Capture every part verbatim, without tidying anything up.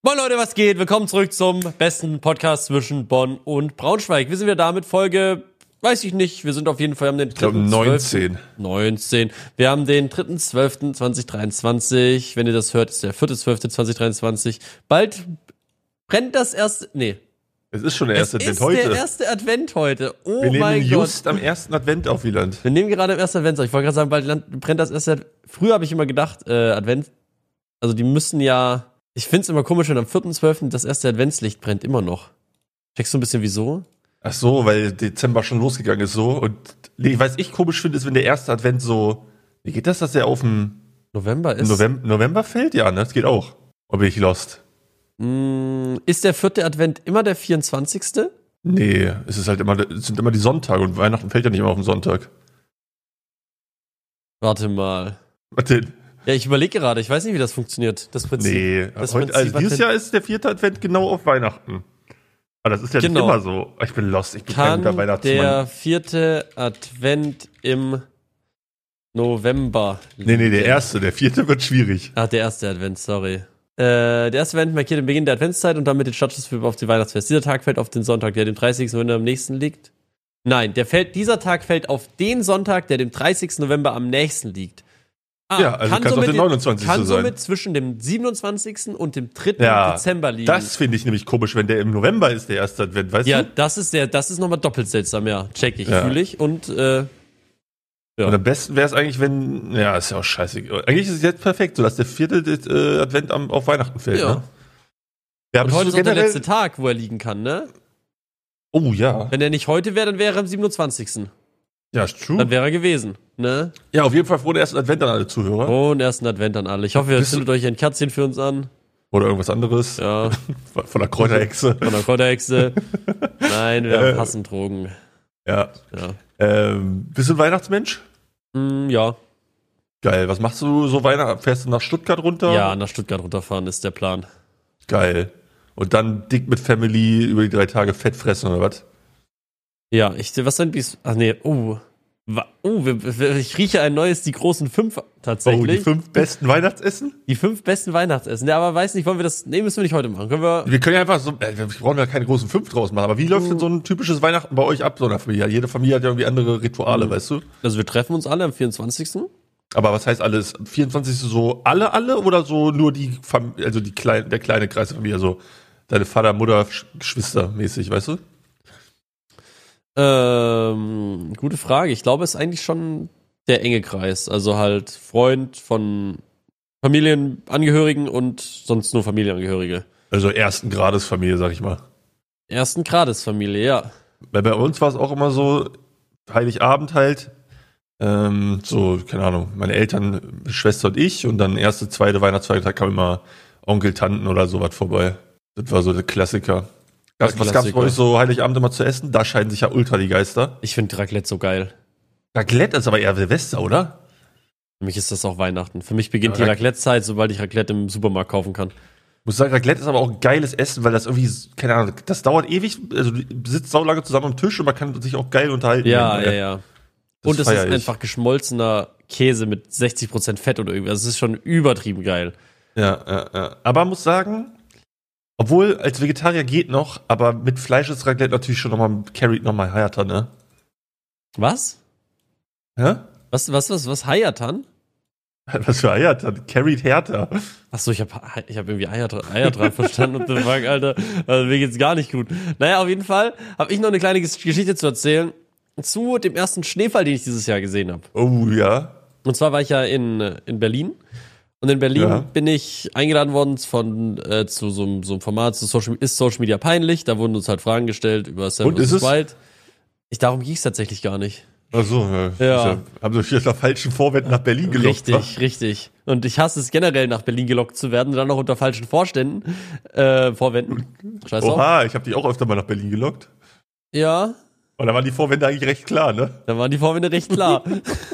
Moin Leute, was geht? Willkommen zurück zum besten Podcast zwischen Bonn und Braunschweig. Wir sind wieder da mit Folge, weiß ich nicht, wir sind auf jeden Fall, haben den Ich glaube neunzehn. neunzehn. Wir haben den dritten zwölften zweitausenddreiundzwanzig. Wenn ihr das hört, ist der vierte zwölfte zweitausenddreiundzwanzig. Bald brennt das erste, nee. Es ist schon der erste es Advent ist heute. der erste Advent heute. Oh wir mein nehmen Gott. just am ersten Advent auf, Wieland. Wir nehmen gerade am ersten Advent auf. Ich wollte gerade sagen, bald land- brennt das erste Advent. Früher habe ich immer gedacht, äh, Advent, also die müssen ja, ich find's immer komisch, wenn am vierten zwölften das erste Adventslicht brennt immer noch. Checkst du ein bisschen wieso? Ach so, weil Dezember schon losgegangen ist so. Und nee, was ich komisch finde, ist, wenn der erste Advent so, wie geht das, dass der auf dem November ist. November, November fällt? Ja, ne? Das geht auch. Oder bin ich lost? Mm, ist der vierte Advent immer der vierundzwanzigste? Nee, es ist halt immer, es sind immer die Sonntage und Weihnachten fällt ja nicht immer auf den Sonntag. Warte mal. Was denn? Ja, ich überlege gerade, ich weiß nicht, wie das funktioniert. Das Prinzip. Nee, das heute, Prinzip also dieses Advent- Jahr ist der vierte Advent genau auf Weihnachten. Aber das ist ja Genau. nicht immer so. Ich bin lost, ich bin kein guter Kann Weihnachtsmann. der vierte Advent im November Nee, nee, der liegen? erste, der vierte wird schwierig. Ah, der erste Advent, sorry. Äh, der erste Advent markiert den Beginn der Adventszeit und damit den Startschuss für auf die Weihnachtsfest. Dieser Tag fällt auf den Sonntag, der dem dreißigsten November am nächsten liegt. Nein, der fällt, dieser Tag fällt auf den Sonntag, der dem dreißigsten November am nächsten liegt. Ah, Ja, also kann's auch der neunundzwanzigste Kann sein. somit zwischen dem siebenundzwanzigsten und dem dritten Ja, Dezember liegen. Das finde ich nämlich komisch, wenn der im November ist, der erste Advent, weißt ja, du? das ist der, das ist nochmal doppelt seltsam, ja. Check ich, Ja. fühle ich. Und äh, ja. Und am besten wäre es eigentlich, wenn, ja, ist ja auch scheiße. Eigentlich ist es jetzt perfekt, so dass der vierte äh, Advent am, auf Weihnachten fällt, Ja. ne? Ja, Und bist heute du ist auch der generell- letzte Tag, wo er liegen kann, ne? Oh ja. Wenn er nicht heute wäre, dann wäre er am siebenundzwanzigsten Ja, ist true. Dann wäre er gewesen, ne? Ja, auf jeden Fall frohen ersten Advent an alle Zuhörer. Und ersten Advent an alle. Ich hoffe, ihr Bist du- zündet euch ein Kerzchen für uns an. Oder irgendwas anderes. Ja, Von der Kräuterhexe. von der Kräuterhexe. Nein, wir Äh. hassen Drogen. Ja. Ja. Ähm, bist du ein Weihnachtsmensch? Mm, ja. Geil. Was machst du so Weihnachten? Fährst du nach Stuttgart runter? Ja, nach Stuttgart runterfahren ist der Plan. Geil. Und dann dick mit Family über die drei Tage Fett fressen oder was? Ja, ich, was sind die, ach nee, oh. Wa- Oh, wir- wir- ich rieche ein neues, die großen fünf tatsächlich. Oh, die fünf besten Weihnachtsessen? Die fünf besten Weihnachtsessen. Ja, aber weiß nicht, wollen wir das, nee, müssen wir nicht heute machen. Können wir, Wir können ja einfach so, äh, wir brauchen ja keine großen fünf draus machen, aber wie läuft denn so ein typisches Weihnachten bei euch ab, so einer Familie? Jede Familie hat ja irgendwie andere Rituale, Mhm. weißt du? also wir treffen uns alle am vierundzwanzigsten Aber was heißt alles? vierundzwanzigste so alle, alle oder so nur die, Fam also die kleine, der kleine Kreis der Familie, so deine Vater, Mutter, Sch- Geschwister mäßig, weißt du? Ähm, gute Frage. Ich glaube, es ist eigentlich schon der enge Kreis. Also halt Freund von Familienangehörigen und sonst nur Familienangehörige. Also ersten Grades Familie, sag ich mal. Ersten Grades Familie, ja. Weil bei uns war es auch immer so, Heiligabend halt, ähm, so, keine Ahnung, meine Eltern, Schwester und ich und dann erste, zweite Weihnachtsfeiertag kam immer Onkel, Tanten oder sowas vorbei. Das war so der Klassiker. Der Was, was gab's bei Klassiker. euch so Heiligabend immer zu essen? Da scheiden sich ja ultra die Geister. Ich finde Raclette so geil. Raclette ist aber eher Silvester, oder? Für mich ist das auch Weihnachten. Für mich beginnt Ja, die Rac- Raclette-Zeit, sobald ich Raclette im Supermarkt kaufen kann. Ich muss sagen, Raclette ist aber auch ein geiles Essen, weil das irgendwie, keine Ahnung, das dauert ewig, also du sitzt saulange zusammen am Tisch und man kann sich auch geil unterhalten. Ja, ja, ja. Das Und es ist feier ich. einfach geschmolzener Käse mit sechzig Prozent Fett oder irgendwie. Also es ist schon übertrieben geil. Ja, ja, ja. Aber muss sagen, obwohl als Vegetarier geht noch, aber mit Fleisch ist Raclette natürlich schon nochmal, carried nochmal härter, ne? Was? Hä? Was, was, was, was? Hayatan? Was für Eier dann? Carried härter. Achso, ich habe ich hab irgendwie Eier, Eier dran verstanden. What the fuck, Alter. Also mir geht's gar nicht gut. Naja, auf jeden Fall habe ich noch eine kleine Ges- Geschichte zu erzählen zu dem ersten Schneefall, den ich dieses Jahr gesehen habe. Oh ja. Und zwar war ich ja in, in Berlin. Und in Berlin Ja. bin ich eingeladen worden von äh, zu so, einem- so einem Format, zu Social, ist Social Media peinlich? Da wurden uns halt Fragen gestellt über Seven Und, ist versus. es? Wild. Ich, darum ging es tatsächlich gar nicht. Ach so, ja. Ja. Haben sie vielleicht nach falschen Vorwänden nach Berlin gelockt, Richtig, richtig. Und ich hasse es generell, nach Berlin gelockt zu werden und dann noch unter falschen Vorständen, äh, Vorwänden. Scheiß wa? drauf. Oha, ich habe dich auch öfter mal nach Berlin gelockt. Ja, Und da waren die Vorwände eigentlich recht klar, ne? da waren die Vorwände recht klar.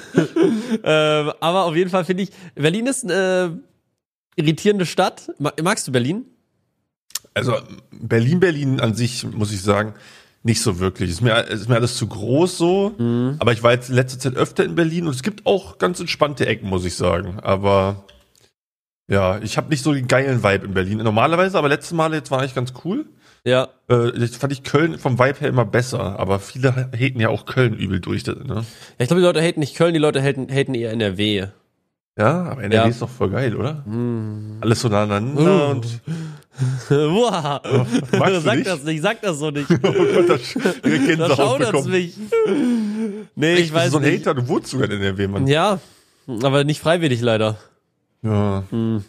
ähm, aber auf jeden Fall finde ich, Berlin ist eine äh, irritierende Stadt. Ma- Magst du Berlin? Also Berlin, Berlin an sich, muss ich sagen, nicht so wirklich. Ist mir, ist mir alles zu groß so. Mhm. Aber ich war jetzt in letzter Zeit öfter in Berlin und es gibt auch ganz entspannte Ecken, muss ich sagen. Aber Ja, ich habe nicht so den geilen Vibe in Berlin. Normalerweise, aber letzte Male jetzt war eigentlich ganz cool. Ja. Äh, jetzt fand ich Köln vom Vibe her immer besser, aber viele haten ja auch Köln übel durch. Ne? Ja, ich glaube, die Leute haten nicht Köln, die Leute haten, haten eher N R W. Ja, aber N R W Ja. ist doch voll geil, oder? Mm. Alles so nah aneinander Uh. und Wow. magst du Sag nicht? das nicht, sag das so nicht. oh Gott, das Da Gänsehaut schaudert's bekommen. mich. Nee, Echt, ich du bist weiß so ein nicht. Hater, du wohnst sogar in N R W, Mann. Ja, aber nicht freiwillig leider. Ja. Hm.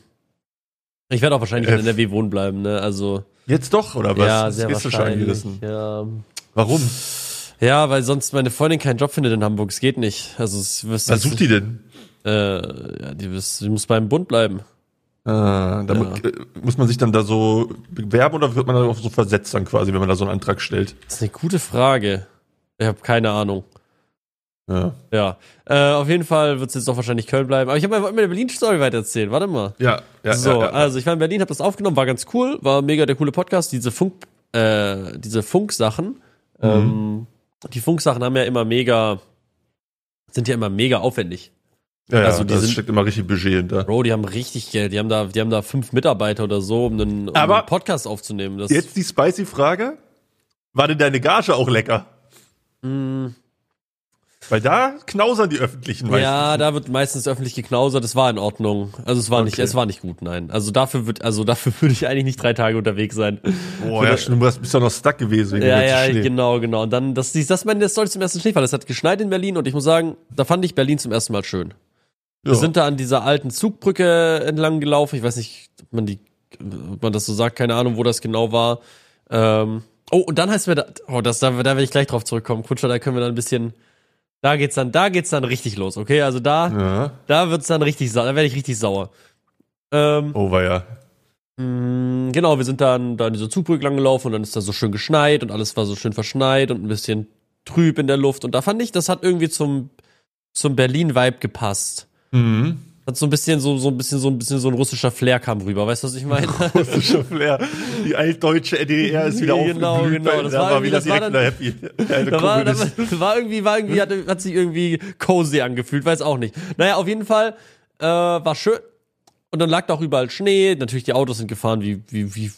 Ich werde auch wahrscheinlich Äh, in N R W wohnen bleiben, ne? Also Jetzt doch, oder was? ja, Das sehr gehst du schon wahrscheinlich. angerissen. Ja. Warum? ja, weil sonst meine Freundin keinen Job findet in Hamburg. Es geht nicht. Also es wirst Was sucht die denn? Äh, ja, die, wirst, die muss beim Bund bleiben. Ah, da Ja. mu- äh, muss man sich dann da so bewerben oder wird man da auch so versetzt dann quasi, wenn man da so einen Antrag stellt? Das ist eine gute Frage. Ich habe keine Ahnung. Ja, Ja, äh, auf jeden Fall wird es jetzt doch wahrscheinlich Köln bleiben. Aber ich habe mir meine Berlin-Story weitererzählen. Warte mal. ja, ja. so, ja, ja. also ich war in Berlin, habe das aufgenommen, war ganz cool, war mega der coole Podcast. Diese Funk, äh, diese Funksachen, ähm, die Funksachen haben ja immer mega, sind ja immer mega aufwendig. ja, ja, also die da sind- steckt immer richtig Budget hinter. Bro, die haben richtig Geld. Die haben da, die haben da fünf Mitarbeiter oder so, um einen, um Aber einen Podcast aufzunehmen. Das, Jetzt die spicy Frage. War denn deine Gage auch lecker? mh, Weil da knausern die Öffentlichen meistens. ja, da wird meistens öffentlich geknausert. Das war in Ordnung. Also es war nicht, Okay. es war nicht gut, nein. Also dafür wird, also dafür würde ich eigentlich nicht drei Tage unterwegs sein. Boah, ja, stimmt, du bist bist ja noch stuck gewesen wegen Ja, dem ja, ganzen Schnee. genau, genau. Und dann, das, das ist meine Story zum ersten Schneefall. Es hat geschneit in Berlin und ich muss sagen, da fand ich Berlin zum ersten Mal schön. Wir Ja. sind da an dieser alten Zugbrücke entlang gelaufen. Ich weiß nicht, ob man die, ob man das so sagt, keine Ahnung, wo das genau war. Ähm, oh, und dann heißt mir da, oh, das, da, da werde ich gleich drauf zurückkommen. Kutscher, da können wir dann ein bisschen, da geht's dann, da geht's dann richtig los, okay? Also da, Ja. da wird's dann richtig sauer, da werde ich richtig sauer. Ähm, Oh, war ja. mh, genau, wir sind dann da an dieser Zugbrücke lang gelaufen und dann ist da so schön geschneit und alles war so schön verschneit und ein bisschen trüb in der Luft. Und da fand ich, das hat irgendwie zum, zum Berlin-Vibe gepasst. Mhm. Hat so ein bisschen so, so ein bisschen so ein bisschen so ein russischer Flair kam rüber, weißt du, was ich meine? Russischer Flair. Die altdeutsche N D R ist wieder Genau, aufgeblüht. genau. weil Das da war war irgendwie- wieder das war direkt dann- wieder happy. Eine Da war, da Kommunist. war, war irgendwie, war irgendwie, hat, hat sich irgendwie cozy angefühlt, weiß auch nicht. Naja, auf jeden Fall, äh, war schön. Und dann lag da auch überall Schnee. Natürlich, die Autos sind gefahren wie, wie, wie,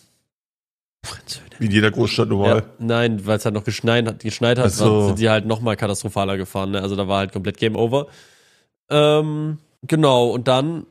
Wie in jeder Großstadt normal. ja, nein, weil es halt noch geschneit hat, geschneit hat, Ach so. war- sind die halt noch mal katastrophaler gefahren. Ne? Also da war halt komplett Game Over. Ähm, genau, und dann,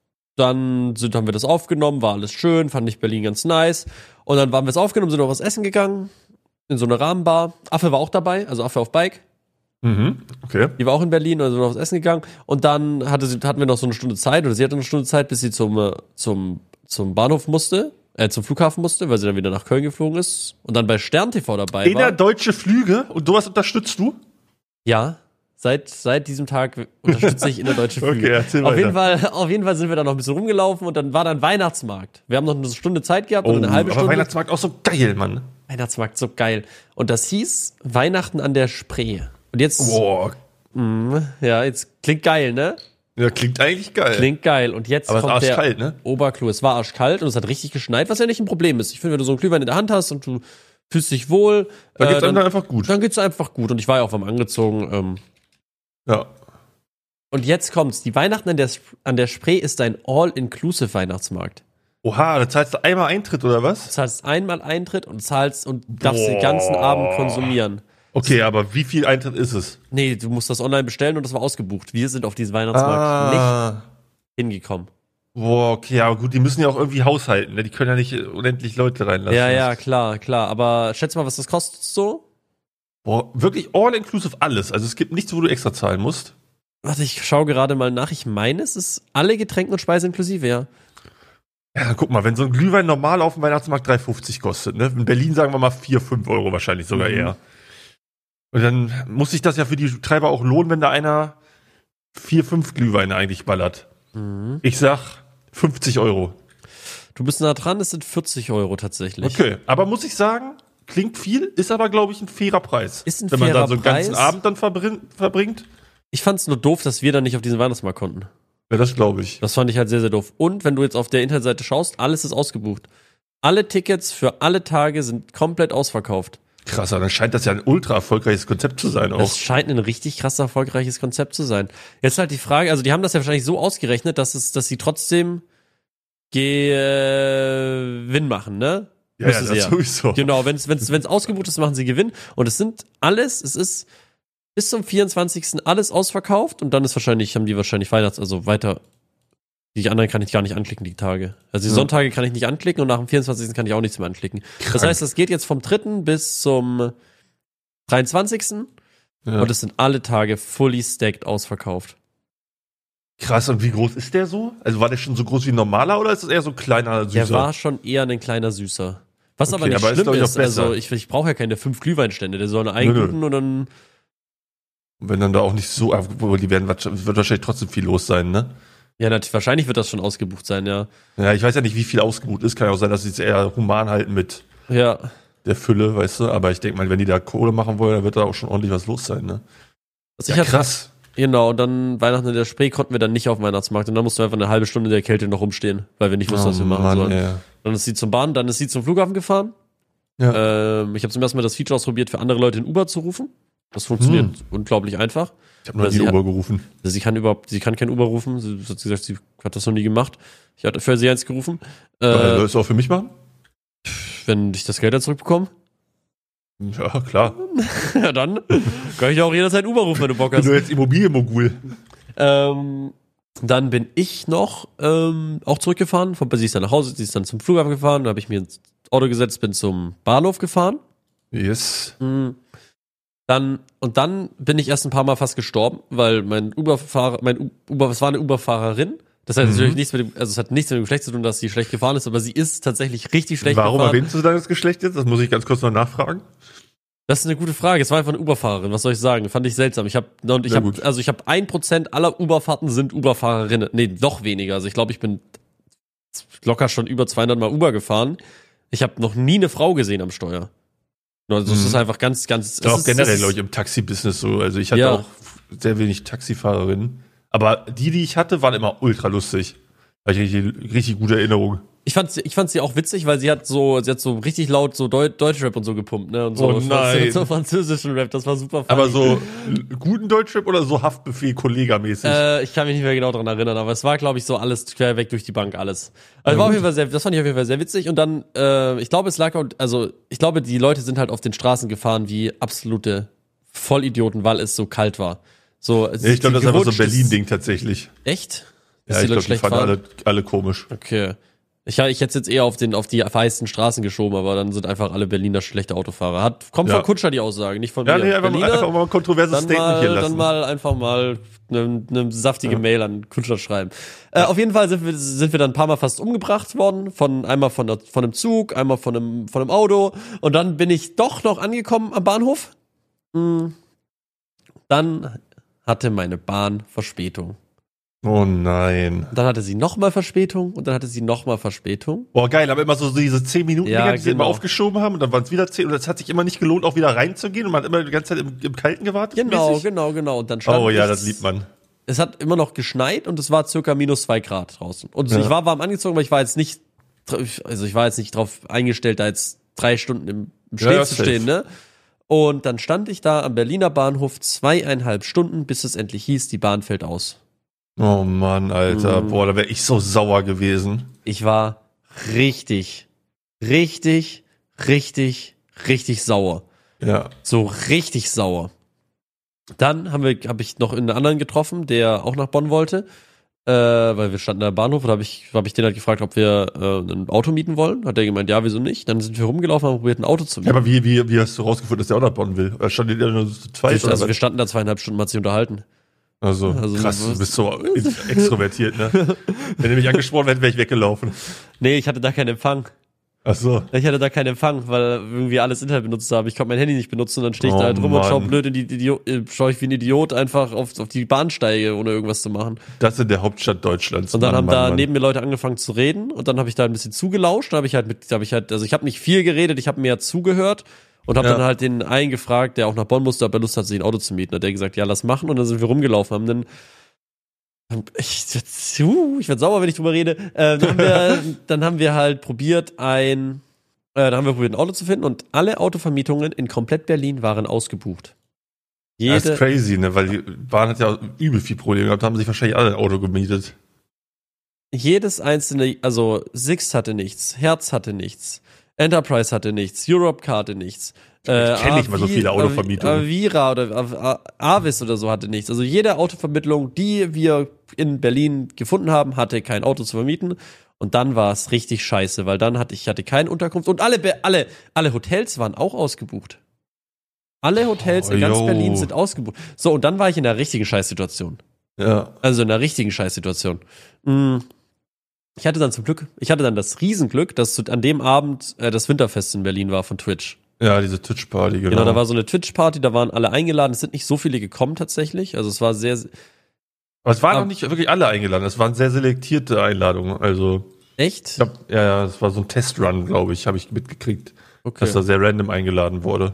dann sind, haben wir das aufgenommen, war alles schön, fand ich Berlin ganz nice. Und dann waren wir es aufgenommen, sind noch was essen gegangen, in so eine Rahmenbar. Affe war auch dabei, also Affe auf Bike. Mhm. Okay. Die war auch in Berlin, also noch was essen gegangen. Und dann hatte sie, hatten wir noch so eine Stunde Zeit, oder sie hatte eine Stunde Zeit, bis sie zum, äh, zum, zum Bahnhof musste, äh, zum Flughafen musste, weil sie dann wieder nach Köln geflogen ist. Und dann bei Stern T V dabei war. Innerdeutsche Flüge und sowas unterstützt du? Ja, seit, seit diesem Tag unterstütze ich innerdeutsche Flüge. Okay, erzähl auf weiter. jeden Fall, auf jeden Fall sind wir da noch ein bisschen rumgelaufen und dann war dann Weihnachtsmarkt. Wir haben noch eine Stunde Zeit gehabt oder eine halbe Oh, aber Stunde. Weihnachtsmarkt auch so geil, Mann. Weihnachtsmarkt, so geil. Und das hieß Weihnachten an der Spree. Und jetzt, Boah. mh, ja, jetzt klingt geil, ne? Ja, klingt eigentlich geil. Klingt geil. Und jetzt aber es ist kommt der arschkalt, ne? Oberclou. Es war arschkalt und es hat richtig geschneit, was ja nicht ein Problem ist. Ich finde, wenn du so einen Glühwein in der Hand hast und du fühlst dich wohl, Da geht's äh, einem dann, dann einfach gut. dann geht's einfach gut. Und ich war ja auch warm angezogen. Ähm, Ja. Und jetzt kommt's. Die Weihnachten an der, Sp- an der Spree ist ein All-Inclusive Weihnachtsmarkt. Oha, da zahlst du einmal Eintritt oder Du was? zahlst einmal Eintritt und zahlst und darfst Boah. den ganzen Abend konsumieren. Okay, aber wie viel Eintritt ist es? Nee, du musst das online bestellen und das war ausgebucht. Wir sind auf diesen Weihnachtsmarkt nicht Ah. hingekommen. Boah, okay, aber gut, die müssen ja auch irgendwie haushalten, ne? Die können ja nicht unendlich Leute reinlassen. Ja, ja, klar, klar. Aber schätz mal, was das kostet so? Boah, wirklich all-inclusive alles. Also es gibt nichts, wo du extra zahlen musst. Warte, ich schaue gerade mal nach. Ich meine, es ist alle Getränke und Speise inklusive, ja. Ja, guck mal, wenn so ein Glühwein normal auf dem Weihnachtsmarkt drei fünfzig kostet, ne? In Berlin sagen wir mal vier, fünf Euro wahrscheinlich sogar Mhm. eher. Und dann muss sich das ja für die Treiber auch lohnen, wenn da einer vier, fünf Glühweine eigentlich ballert. Mhm. Ich sag fünfzig Euro. Du bist nah dran, es sind vierzig Euro tatsächlich. Okay, aber muss ich sagen, klingt viel, ist aber, glaube ich, ein fairer Preis. Ist ein wenn man fairer dann so einen ganzen Preis. Abend dann verbrin- verbringt. Ich fand's nur doof, dass wir dann nicht auf diesen Weihnachtsmarkt konnten. Ja, das glaube ich. Das fand ich halt sehr, sehr doof. Und wenn du jetzt auf der Internetseite schaust, alles ist ausgebucht. Alle Tickets für alle Tage sind komplett ausverkauft. Krass, dann scheint das ja ein ultra erfolgreiches Konzept zu sein auch. Das scheint ein richtig krass erfolgreiches Konzept zu sein. Jetzt halt die Frage, also die haben das ja wahrscheinlich so ausgerechnet, dass es, dass sie trotzdem Gewinn machen, ne? Ja, ja, das sowieso. Genau, wenn es ausgebucht ist, machen sie Gewinn. Und es sind alles, es ist bis zum vierundzwanzigsten alles ausverkauft und dann ist wahrscheinlich, haben die wahrscheinlich Weihnachts-, also weiter, die anderen kann ich gar nicht anklicken, die Tage. Also die ja. Sonntage kann ich nicht anklicken und nach dem vierundzwanzigsten kann ich auch nichts mehr anklicken. Krank. Das heißt, es geht jetzt vom dritten bis zum dreiundzwanzigsten Ja. Und es sind alle Tage fully stacked ausverkauft. Krass, und wie groß ist der so? Also war der schon so groß wie ein normaler oder ist das eher so ein kleiner, süßer? Der war schon eher ein kleiner Süßer. Was okay, aber nicht aber schlimm ist, ist, also ich, ich brauche ja keine fünf Glühweinstände, der soll nur einguten und dann... Und wenn dann da auch nicht so, obwohl die werden, wird wahrscheinlich trotzdem viel los sein, ne? Ja, natürlich, wahrscheinlich wird das schon ausgebucht sein, ja. Ja, ich weiß ja nicht, wie viel ausgebucht ist, kann ja auch sein, dass sie es eher human halten mit ja. der Fülle, weißt du, aber ich denke mal, wenn die da Kohle machen wollen, dann wird da auch schon ordentlich was los sein, ne? Also ja, krass. Genau, und dann Weihnachten in der Spree konnten wir dann nicht auf dem Weihnachtsmarkt und dann mussten wir einfach eine halbe Stunde in der Kälte noch rumstehen, weil wir nicht wussten, oh, was wir machen Mann, sollen. Ja. Dann ist sie zum Bahn, dann ist sie zum Flughafen gefahren. Ja. Ähm, ich habe zum ersten Mal das Feature ausprobiert, für andere Leute in Uber zu rufen. Das funktioniert hm. unglaublich einfach. Ich habe noch nie Uber gerufen. Sie kann überhaupt, sie kann kein Uber rufen. Sie hat gesagt, sie hat das noch nie gemacht. Ich hatte für sie eins gerufen. Äh, Sollst du auch für mich machen? Wenn ich das Geld dann zurückbekomme? Ja, klar. Ja, dann kann ich auch jederzeit Uber rufen, wenn du Bock hast. Bin du jetzt Immobilienmogul. Ähm, dann bin ich noch ähm, auch zurückgefahren. Von, sie ist dann nach Hause, sie ist dann zum Flughafen gefahren. Da habe ich mir ins Auto gesetzt, bin zum Bahnhof gefahren. Yes. Mhm. Dann, und dann bin ich erst ein paar Mal fast gestorben, weil mein Uber-Fahrer, mein Uber, es war eine Uber-Fahrerin. Das hat mhm. natürlich nichts mit dem, also es hat nichts mit dem Geschlecht zu tun, dass sie schlecht gefahren ist, aber sie ist tatsächlich richtig schlecht Warum gefahren. Warum erwähnst du dann das Geschlecht jetzt? Das muss ich ganz kurz noch nachfragen. Das ist eine gute Frage. Es war einfach eine Uber-Fahrerin. Was soll ich sagen? Fand ich seltsam. Ich habe, und ich habe, also ich habe ein Prozent aller Uber-Fahrten sind Uber-Fahrerinnen. Nee, noch weniger. Also ich glaube, ich bin locker schon über zweihundert Mal Uber gefahren. Ich habe noch nie eine Frau gesehen am Steuer. Also es mhm. ist einfach ganz, ganz... Das ist auch generell, glaube ich, im Taxi-Business so. Also ich hatte ja. auch sehr wenig Taxifahrerinnen. Aber die, die ich hatte, waren immer ultra lustig. Da hatte ich richtig, richtig gute Erinnerungen. Ich fand sie, ich fand sie auch witzig, weil sie hat so, sie hat so richtig laut so Deu- Deutschrap und so gepumpt, ne? Und so, oh nein. so französischen Rap, das war super funny. Aber so guten Deutschrap oder so Haftbefehl-Kollega-mäßig? Äh, ich kann mich nicht mehr genau dran erinnern, aber es war, glaube ich, so alles quer weg durch die Bank, alles. Also war auf jeden Fall sehr, das fand ich auf jeden Fall sehr witzig. Und dann, äh, ich glaube, es lag auch, also ich glaube, die Leute sind halt auf den Straßen gefahren wie absolute Vollidioten, weil es so kalt war. So, ja, ich glaube, das ist einfach so ein Berlin-Ding tatsächlich. Echt? Ja, ich glaube, die fahren alle, alle komisch. Okay. Ich, ich hätte es jetzt eher auf, den, auf die verheißten Straßen geschoben, aber dann sind einfach alle Berliner schlechte Autofahrer. Hat, kommt ja. von Kutscher die Aussage, nicht von ja, mir. Nee, einfach, Berliner, mal, einfach mal ein kontroverses Statement mal, hier lassen. Dann mal einfach mal eine, eine saftige ja. Mail an Kutscher schreiben. Äh, auf jeden Fall sind wir, sind wir dann ein paar Mal fast umgebracht worden. Von, einmal von, der, von einem Zug, einmal von einem, von einem Auto. Und dann bin ich doch noch angekommen am Bahnhof. Dann hatte meine Bahn Verspätung. Oh nein. Dann hatte sie nochmal Verspätung und dann hatte sie nochmal Verspätung. Boah, geil, aber immer so diese zehn Minuten, ja, die sie genau. immer aufgeschoben haben und dann waren es wieder zehn und es hat sich immer nicht gelohnt, auch wieder reinzugehen und man hat immer die ganze Zeit im, im Kalten gewartet. Genau, mäßig. genau, genau. Und dann stand oh ja, ich, das liebt man. Es hat immer noch geschneit und es war circa minus zwei Grad draußen. Und ja. ich war warm angezogen, aber ich war jetzt nicht, also ich war jetzt nicht drauf eingestellt, da jetzt drei Stunden im, im Schnee ja, zu stehen, ne? Und dann stand ich da am Berliner Bahnhof zweieinhalb Stunden, bis es endlich hieß, die Bahn fällt aus. Oh Mann, Alter. Mhm. Boah, da wäre ich so sauer gewesen. Ich war richtig, richtig, richtig, richtig sauer. Ja. So richtig sauer. Dann haben wir, habe ich noch einen anderen getroffen, der auch nach Bonn wollte, äh, weil wir standen am Bahnhof und habe ich, habe ich den halt gefragt, ob wir äh, ein Auto mieten wollen. Hat der gemeint, ja, wieso nicht? Dann sind wir rumgelaufen und haben probiert, ein Auto zu mieten. Ja, aber wie, wie, wie hast du rausgefunden, dass der auch nach Bonn will? Oder stand der nur so zwei wir, Also wir standen da zweieinhalb Stunden, mal sich unterhalten. Also, also krass, du bist so extrovertiert, ne? Wenn du mich angesprochen hättest, wäre ich weggelaufen. Nee, ich hatte da keinen Empfang. Ach so. Ich hatte da keinen Empfang, weil irgendwie alles Internet benutzt habe. Ich konnte mein Handy nicht benutzen und dann stehe ich oh, da halt rum Mann. und schau blöd in die Idiot, schau ich wie ein Idiot einfach auf, auf die Bahnsteige, ohne irgendwas zu machen. Das in der Hauptstadt Deutschlands. Und dann Mann, haben Mann, da Mann. neben mir Leute angefangen zu reden und dann habe ich da ein bisschen zugelauscht, dann habe ich halt mit, habe ich halt, also ich habe nicht viel geredet, ich habe mehr zugehört und habe Ja. dann halt den einen gefragt, der auch nach Bonn musste, ob er Lust hat, sich ein Auto zu mieten. Und der hat gesagt, ja, lass machen. Und dann sind wir rumgelaufen, haben dann Ich, uh, ich werd sauer, wenn ich drüber rede. Äh, dann, haben wir, dann haben wir halt probiert, ein, äh, dann haben wir probiert, ein Auto zu finden und alle Autovermietungen in komplett Berlin waren ausgebucht. Jede, Das ist crazy, ne? Weil die Bahn hat ja übel viel Probleme gehabt, haben sich wahrscheinlich alle ein Auto gemietet. jedes einzelne, also Sixt hatte nichts, Herz hatte nichts, Enterprise hatte nichts, Europcar hatte nichts. Äh, ich kenne nicht mal so viele Autovermietungen. Avira oder Avis oder so hatte nichts. Also jede Autovermittlung, die wir in Berlin gefunden haben, hatte kein Auto zu vermieten. Und dann war es richtig scheiße, weil dann hatte ich hatte keine Unterkunft und alle alle alle Hotels waren auch ausgebucht. Alle Hotels oh, in ganz yo. Berlin sind ausgebucht. So, und dann war ich in einer richtigen Scheißsituation. Ja. Also in einer richtigen Scheißsituation. Ich hatte dann zum Glück, ich hatte dann das Riesenglück, dass an dem Abend äh, das Winterfest in Berlin war von Twitch. Ja, diese Twitch-Party, genau. Genau, da war so eine Twitch-Party, da waren alle eingeladen. Es sind nicht so viele gekommen tatsächlich. Also es war sehr... Aber es waren noch nicht wirklich alle eingeladen. Es waren sehr selektierte Einladungen. Also echt? Ich glaub, ja, ja, es war so ein Testrun, glaube ich, habe ich mitgekriegt, okay. dass da sehr random eingeladen wurde.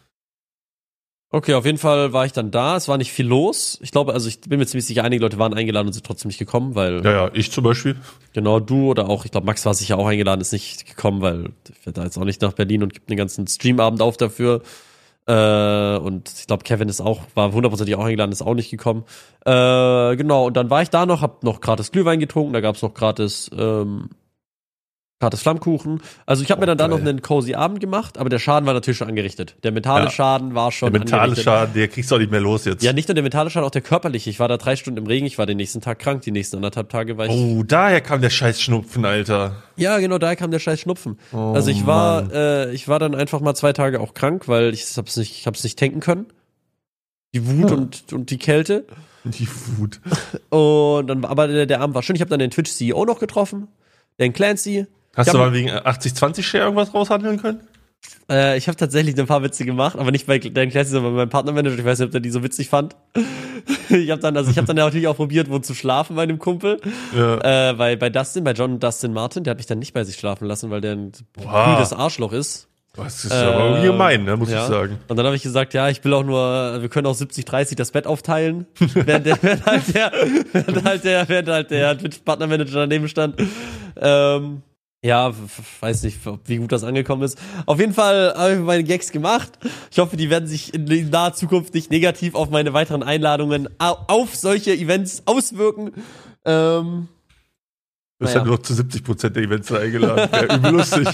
Okay, auf jeden Fall war ich dann da. Es war nicht viel los. Ich glaube, also ich bin mir ziemlich sicher, einige Leute waren eingeladen und sind trotzdem nicht gekommen, weil... Ja, ja, ich zum Beispiel. Genau, du oder auch, ich glaube, Max war sicher auch eingeladen, ist nicht gekommen, weil ich fährt da jetzt auch nicht nach Berlin und gibt den ganzen Streamabend auf dafür. Äh, und ich glaube, Kevin ist auch, war hundertprozentig auch eingeladen, ist auch nicht gekommen. Äh, genau, und dann war ich da noch, hab noch gratis Glühwein getrunken, da gab's noch gratis... Ähm, gratis Flammkuchen. Also ich habe oh, mir dann da noch einen cozy Abend gemacht, aber der Schaden war natürlich schon angerichtet. Der mentale ja. Schaden war schon Der mentale angerichtet. Schaden, der kriegst du auch nicht mehr los jetzt. Ja, nicht nur der mentale Schaden, auch der körperliche. Ich war da drei Stunden im Regen, ich war den nächsten Tag krank, die nächsten anderthalb Tage war ich... Oh, daher kam der scheiß Schnupfen, Alter. Ja, genau, daher kam der scheiß Schnupfen. Oh, also ich war äh, ich war dann einfach mal zwei Tage auch krank, weil ich hab's nicht, ich hab's nicht tanken können. Die Wut ja. und, und die Kälte. Die Wut. Und dann, aber der, der Abend war schön. Ich habe dann den Twitch-C E O noch getroffen, den Clancy. Hast du mal wegen achtzig zwanzig Share irgendwas raushandeln können? Äh, ich habe tatsächlich ein paar Witze gemacht, aber nicht bei Dan Clancy, sondern bei meinem Partnermanager. Ich weiß nicht, ob der die so witzig fand. ich habe dann, also ich habe dann natürlich auch probiert, wo zu schlafen bei dem Kumpel. Ja. Äh, bei, bei Dustin, bei John Dustin Martin, der hat mich dann nicht bei sich schlafen lassen, weil der ein müdes Arschloch ist. Das ist äh, aber irgendwie gemein, ne, muss ja. ich sagen. Und dann habe ich gesagt, ja, ich will auch nur, wir können auch siebzig dreißig das Bett aufteilen. während, der, während halt der, während halt der, während halt der Twitch-Partnermanager daneben stand. Ähm, Ja, weiß nicht, wie gut das angekommen ist. Auf jeden Fall habe ich meine Gags gemacht. Ich hoffe, die werden sich in naher Zukunft nicht negativ auf meine weiteren Einladungen auf solche Events auswirken. Ähm, du bist ja nur noch zu siebzig Prozent der Events eingeladen. Wäre übel lustig.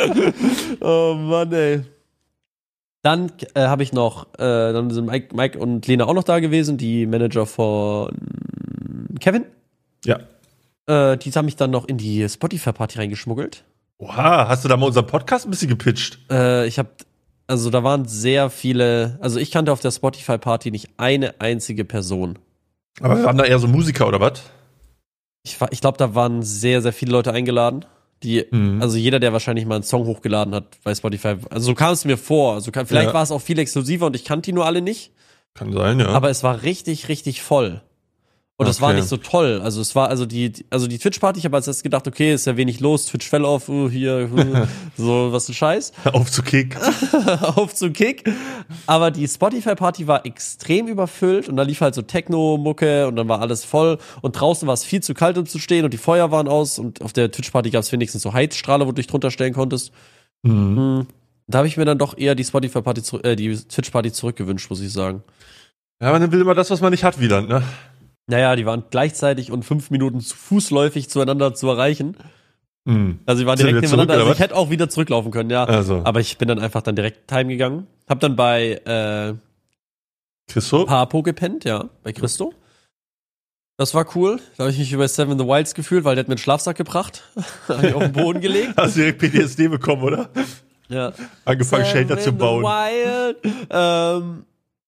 Oh Mann, ey. Dann äh, habe ich noch, äh, dann sind Mike, Mike und Lena auch noch da gewesen, die Manager von Kevin. Ja. Äh, die haben mich dann noch in die Spotify-Party reingeschmuggelt. Oha, hast du da mal unseren Podcast ein bisschen gepitcht? Äh, ich hab, also da waren sehr viele, also ich kannte auf der Spotify-Party nicht eine einzige Person. Aber waren da eher so Musiker oder was? Ich, ich glaube, da waren sehr, sehr viele Leute eingeladen. Die, mhm. also jeder, der wahrscheinlich mal einen Song hochgeladen hat bei Spotify. Also so kam es mir vor. Also kann, vielleicht ja. war es auch viel exklusiver und ich kannte die nur alle nicht. Kann sein, ja. Aber es war richtig, richtig voll. Und das okay. war nicht so toll. Also es war, also die, also die Twitch-Party, ich habe als erstes gedacht, okay, ist ja wenig los, Twitch fell auf, uh, hier, uh, so, was ein Scheiß. Auf zu Kick. Auf zu Kick. Aber die Spotify-Party war extrem überfüllt und da lief halt so Techno-Mucke und dann war alles voll und draußen war es viel zu kalt, um zu stehen und die Feuer waren aus und auf der Twitch-Party gab es wenigstens so Heizstrahler, wo du dich drunter stellen konntest. Mhm. Da habe ich mir dann doch eher die Spotify-Party, äh, die Twitch-Party zurückgewünscht, muss ich sagen. Ja, man will immer das, was man nicht hat, wieder, ne? Naja, die waren gleichzeitig und fünf Minuten zu fußläufig zueinander zu erreichen. Mhm. Also die waren direkt nebeneinander. Also ich hätte auch wieder zurücklaufen können, ja. Also. Aber ich bin dann einfach dann direkt heimgegangen. Hab dann bei äh, Christo? Papo gepennt, ja, bei Christo. Das war cool. Da habe ich mich über Seven in the Wilds gefühlt, weil der hat mir einen Schlafsack gebracht. Hab ich auf den Boden gelegt. Hast du direkt P T S D bekommen, oder? Ja. Angefangen, Seven Shelter zu bauen. Wild. Ähm,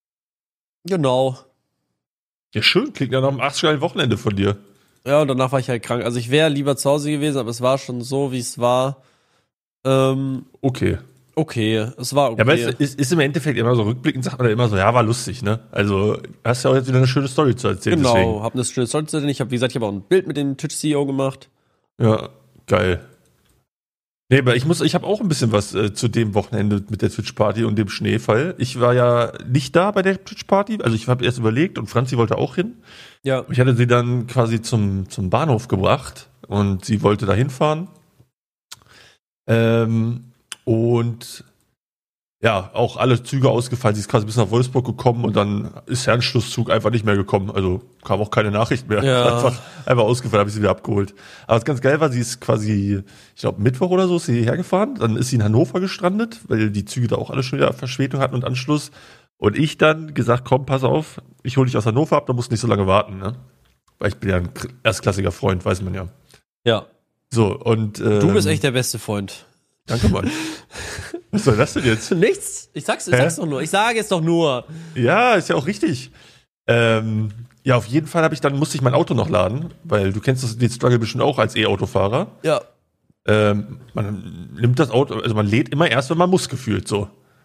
genau. Ja, schön, klingt ja nach einem achtziger Wochenende von dir. Ja, und danach war ich halt krank. Also ich wäre lieber zu Hause gewesen, aber es war schon so, wie es war. Ähm, okay. Okay, es war okay. Ja, aber es ist, ist im Endeffekt immer so, rückblickend sagt man ja immer so, ja, war lustig, ne? Also, hast ja auch jetzt wieder eine schöne Story zu erzählen. Genau, deswegen. hab eine schöne Story zu erzählen. Ich habe, wie gesagt, ich habe auch ein Bild mit dem Twitch-C E O gemacht. Ja, geil. Nee, aber ich muss, ich habe auch ein bisschen was äh, zu dem Wochenende mit der Twitch-Party und dem Schneefall. Ich war ja nicht da bei der Twitch-Party, also ich habe erst überlegt und Franzi wollte auch hin. Ja. Ich hatte sie dann quasi zum, zum Bahnhof gebracht und sie wollte da hinfahren. Ähm, und ja, auch alle Züge ausgefallen. Sie ist quasi bis nach Wolfsburg gekommen und dann ist der Anschlusszug einfach nicht mehr gekommen. Also kam auch keine Nachricht mehr. Ja. Einfach, einfach ausgefallen, habe ich sie wieder abgeholt. Aber was ganz geil war, sie ist quasi, ich glaube Mittwoch oder so ist sie hierher gefahren. Dann ist sie in Hannover gestrandet, weil die Züge da auch alle schon wieder Verspätung hatten und Anschluss. Und ich dann gesagt, komm, pass auf, ich hole dich aus Hannover ab, da musst du nicht so lange warten. Ne? Weil ich bin ja ein erstklassiger Freund, weiß man ja. Ja. So, und ähm, Du bist echt der beste Freund. Danke, Mann. Was soll das denn jetzt? Nichts. Ich sag's, ich sag's doch nur. Ich sage es doch nur. Ja, ist ja auch richtig. Ähm, ja, auf jeden Fall habe ich dann musste ich mein Auto noch laden, weil du kennst das, den Struggle bestimmt auch als E-Autofahrer. Ja. Ähm, man nimmt das Auto, also man lädt immer erst, wenn man muss, gefühlt so.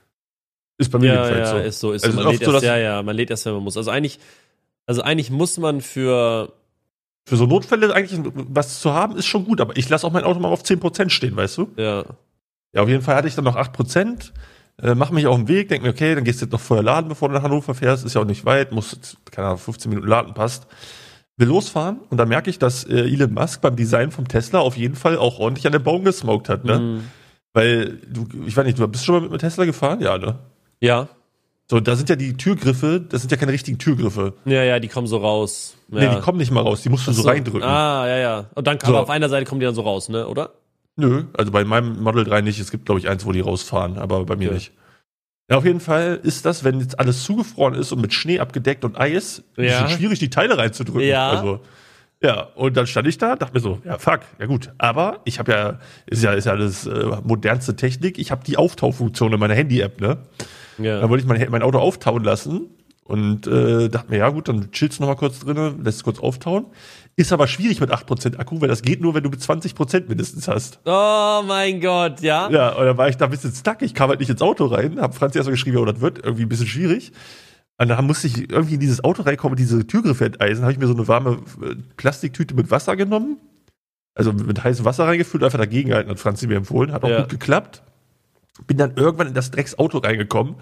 Ist bei mir Ja, jedenfalls ja, so. ist so, ist Also so. ist Man oft lädt so, erst, dass- ja, ja, man lädt erst, wenn man muss. Also eigentlich, also eigentlich muss man für, Für so Notfälle eigentlich was zu haben, ist schon gut, aber ich lasse auch mein Auto mal auf zehn Prozent stehen, weißt du? ja, Ja, auf jeden Fall hatte ich dann noch acht Prozent, äh, mach mich auf den Weg, denk mir, okay, dann gehst du jetzt noch vorher laden, bevor du nach Hannover fährst, ist ja auch nicht weit, muss, jetzt, keine Ahnung, fünfzehn Minuten laden, passt. Will losfahren und dann merke ich, dass äh, Elon Musk beim Design vom Tesla auf jeden Fall auch ordentlich an den Baum gesmoked hat, ne? Mhm. Weil, du, ich weiß nicht, du bist schon mal mit einem Tesla gefahren? Ja, ne? ja, So, da sind ja die Türgriffe, das sind ja keine richtigen Türgriffe. ja, ja, die kommen so raus. Ja. Nee, die kommen nicht mal raus, die musst du so, So. reindrücken. Ah, ja, ja. Und dann, So. aber auf einer Seite kommen die dann so raus, ne, oder? Nö, also bei meinem Model drei nicht. Es gibt, glaube ich, eins, wo die rausfahren, aber bei mir Okay. nicht. Ja, auf jeden Fall ist das, wenn jetzt alles zugefroren ist und mit Schnee abgedeckt und Eis, ein Ja. bisschen schwierig, die Teile reinzudrücken. Ja. Also, ja, und dann stand ich da, dachte mir so, ja, fuck, ja gut. Aber ich habe ja, ist ja, ist ja alles äh, modernste Technik. Ich habe die Auftaufunktion in meiner Handy-App, ne? Ja. Dann wollte ich mein, mein Auto auftauen lassen und äh, dachte mir, ja gut, dann chillst du noch mal kurz drin, lässt es kurz auftauen. Ist aber schwierig mit acht Prozent Akku, weil das geht nur, wenn du mit zwanzig Prozent mindestens hast. Oh mein Gott, ja? Ja, und dann war ich da ein bisschen stuck. Ich kam halt nicht ins Auto rein, hab Franzi erst mal geschrieben, ja, das wird irgendwie ein bisschen schwierig. Und dann musste ich irgendwie in dieses Auto reinkommen, diese Türgriffe enteisen, habe ich mir so eine warme äh, Plastiktüte mit Wasser genommen, also mit heißem Wasser reingefüllt, einfach dagegen gehalten, hat Franzi mir empfohlen, hat auch Ja. gut geklappt. Bin dann irgendwann in das Drecksauto reingekommen,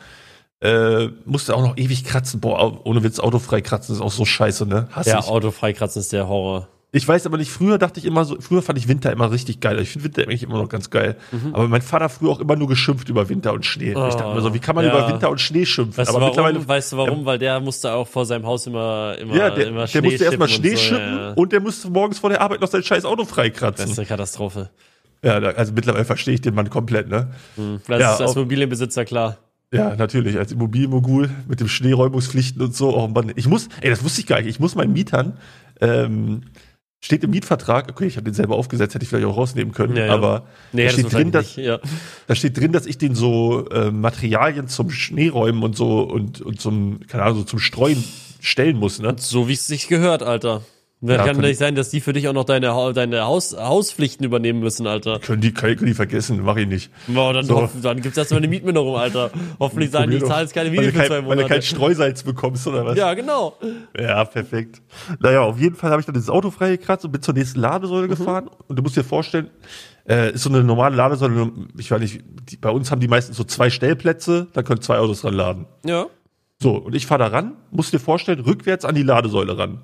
äh, musste auch noch ewig kratzen. Boah, ohne Witz, Auto frei kratzen ist auch so scheiße, ne? Hass Ja, ich. Auto freikratzen ist der Horror. Ich weiß aber nicht, früher dachte ich immer so, früher fand ich Winter immer richtig geil. Ich finde Winter eigentlich immer noch ganz geil. Mhm. Aber mein Vater früher auch immer nur geschimpft über Winter und Schnee. Oh, ich dachte mir so, wie kann man ja. über Winter und Schnee schimpfen? Weißt aber du mittlerweile, warum? Weißt du warum? Weil der musste auch vor seinem Haus immer, immer, ja, der, immer der musste erstmal Schnee und so, schippen ja. und der musste morgens vor der Arbeit noch sein scheiß Auto freikratzen. Beste Katastrophe. Ja, da- also mittlerweile verstehe ich den Mann komplett, ne? Mhm. Das Ja, ist als auf- Immobilienbesitzer klar. Ja, natürlich, als Immobilienmogul mit dem Schneeräumungspflichten und so. Oh Mann, ich muss, ey, das wusste ich gar nicht. Ich muss meinen Mietern, ähm, steht im Mietvertrag, okay, ich habe den selber aufgesetzt, hätte ich vielleicht auch rausnehmen können, Ja, ja. aber Nee, da das steht ist drin, dass, nicht. Ja. da steht drin, dass ich den so äh, Materialien zum Schneeräumen und so und, und zum, keine Ahnung, so zum Streuen stellen muss, ne? So wie es sich gehört, Alter. Das Ja, kann können- nicht sein, dass die für dich auch noch deine, Ha- deine Haus, Hauspflichten übernehmen müssen, Alter. Können die, können die vergessen, mach ich nicht. Boah, dann, So. hoff, dann gibt's erstmal eine Mietminderung, Alter. Hoffentlich sagen die, ich zahle jetzt keine weil, Miete du für zwei kein, weil du Monate. kein Streusalz bekommst, oder was? Ja, genau. Ja, perfekt. Naja, auf jeden Fall habe ich dann dieses Auto freigekratzt und bin zur nächsten Ladesäule gefahren. Und du musst dir vorstellen, äh, ist so eine normale Ladesäule, ich weiß nicht, die, bei uns haben die meistens so zwei Stellplätze, da können zwei Autos dran laden. Ja. So, und ich fahre da ran, musst dir vorstellen, rückwärts an die Ladesäule ran.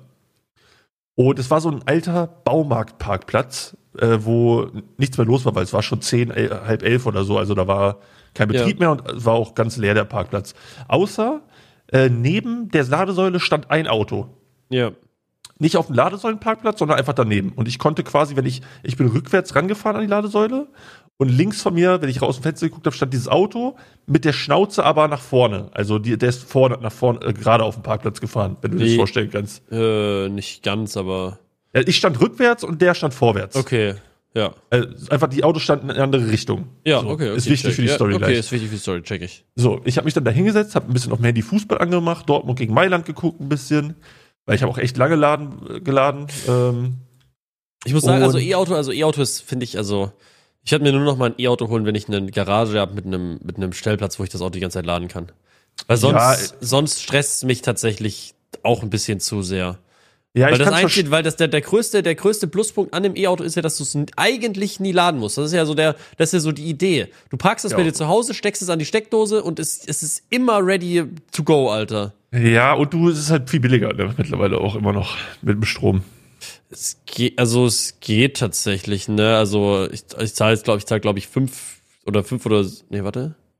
Und es war so ein alter Baumarktparkplatz, äh, wo nichts mehr los war, weil es war schon zehn, el- halb elf oder so, also da war kein Betrieb Ja. mehr und es war auch ganz leer, der Parkplatz. Außer äh, neben der Ladesäule stand ein Auto. Ja. Nicht auf dem Ladesäulenparkplatz, sondern einfach daneben. Und ich konnte quasi, wenn ich, ich bin rückwärts rangefahren an die Ladesäule und links von mir, wenn ich raus aus dem Fenster geguckt habe, stand dieses Auto mit der Schnauze aber nach vorne. Also die, der ist vorne, nach vorne, äh, gerade auf dem Parkplatz gefahren, wenn du dir das Wie? vorstellen kannst. Äh, nicht ganz, aber. Ja, ich stand rückwärts und der stand vorwärts. Okay. Ja. Äh, einfach die Autos standen in eine andere Richtung. Ja, so. okay, okay. Ist wichtig check. für die ja, Story Okay, gleich. ist wichtig für die Story, check ich. So, ich habe mich dann da hingesetzt, habe ein bisschen auf dem Handy Fußball angemacht, Dortmund gegen Mailand geguckt ein bisschen, weil ich habe auch echt lange laden, äh, geladen. Ähm, Ich muss sagen, also Und- E-Auto, also E-Auto ist, finde ich, also, ich werde mir nur noch mal ein E-Auto holen, wenn ich eine Garage habe mit einem, mit einem Stellplatz, wo ich das Auto die ganze Zeit laden kann. Weil sonst, Ja, sonst stresst es mich tatsächlich auch ein bisschen zu sehr. ja, Weil ich das kann's einsteht, weil das der, der größte, der größte Pluspunkt an dem E-Auto ist ja, dass du es eigentlich nie laden musst. Das ist ja so der, das ist ja so die Idee. Du parkst es Ja. bei dir zu Hause, steckst es an die Steckdose und es, es ist immer ready to go, Alter. Ja, und du, es ist halt viel billiger, ne? Mittlerweile auch immer noch mit dem Strom. Es geht, also es geht tatsächlich, ne? Also ich, ich zahle jetzt, glaube ich, zahle, glaube ich, fünf oder fünf oder nee, warte.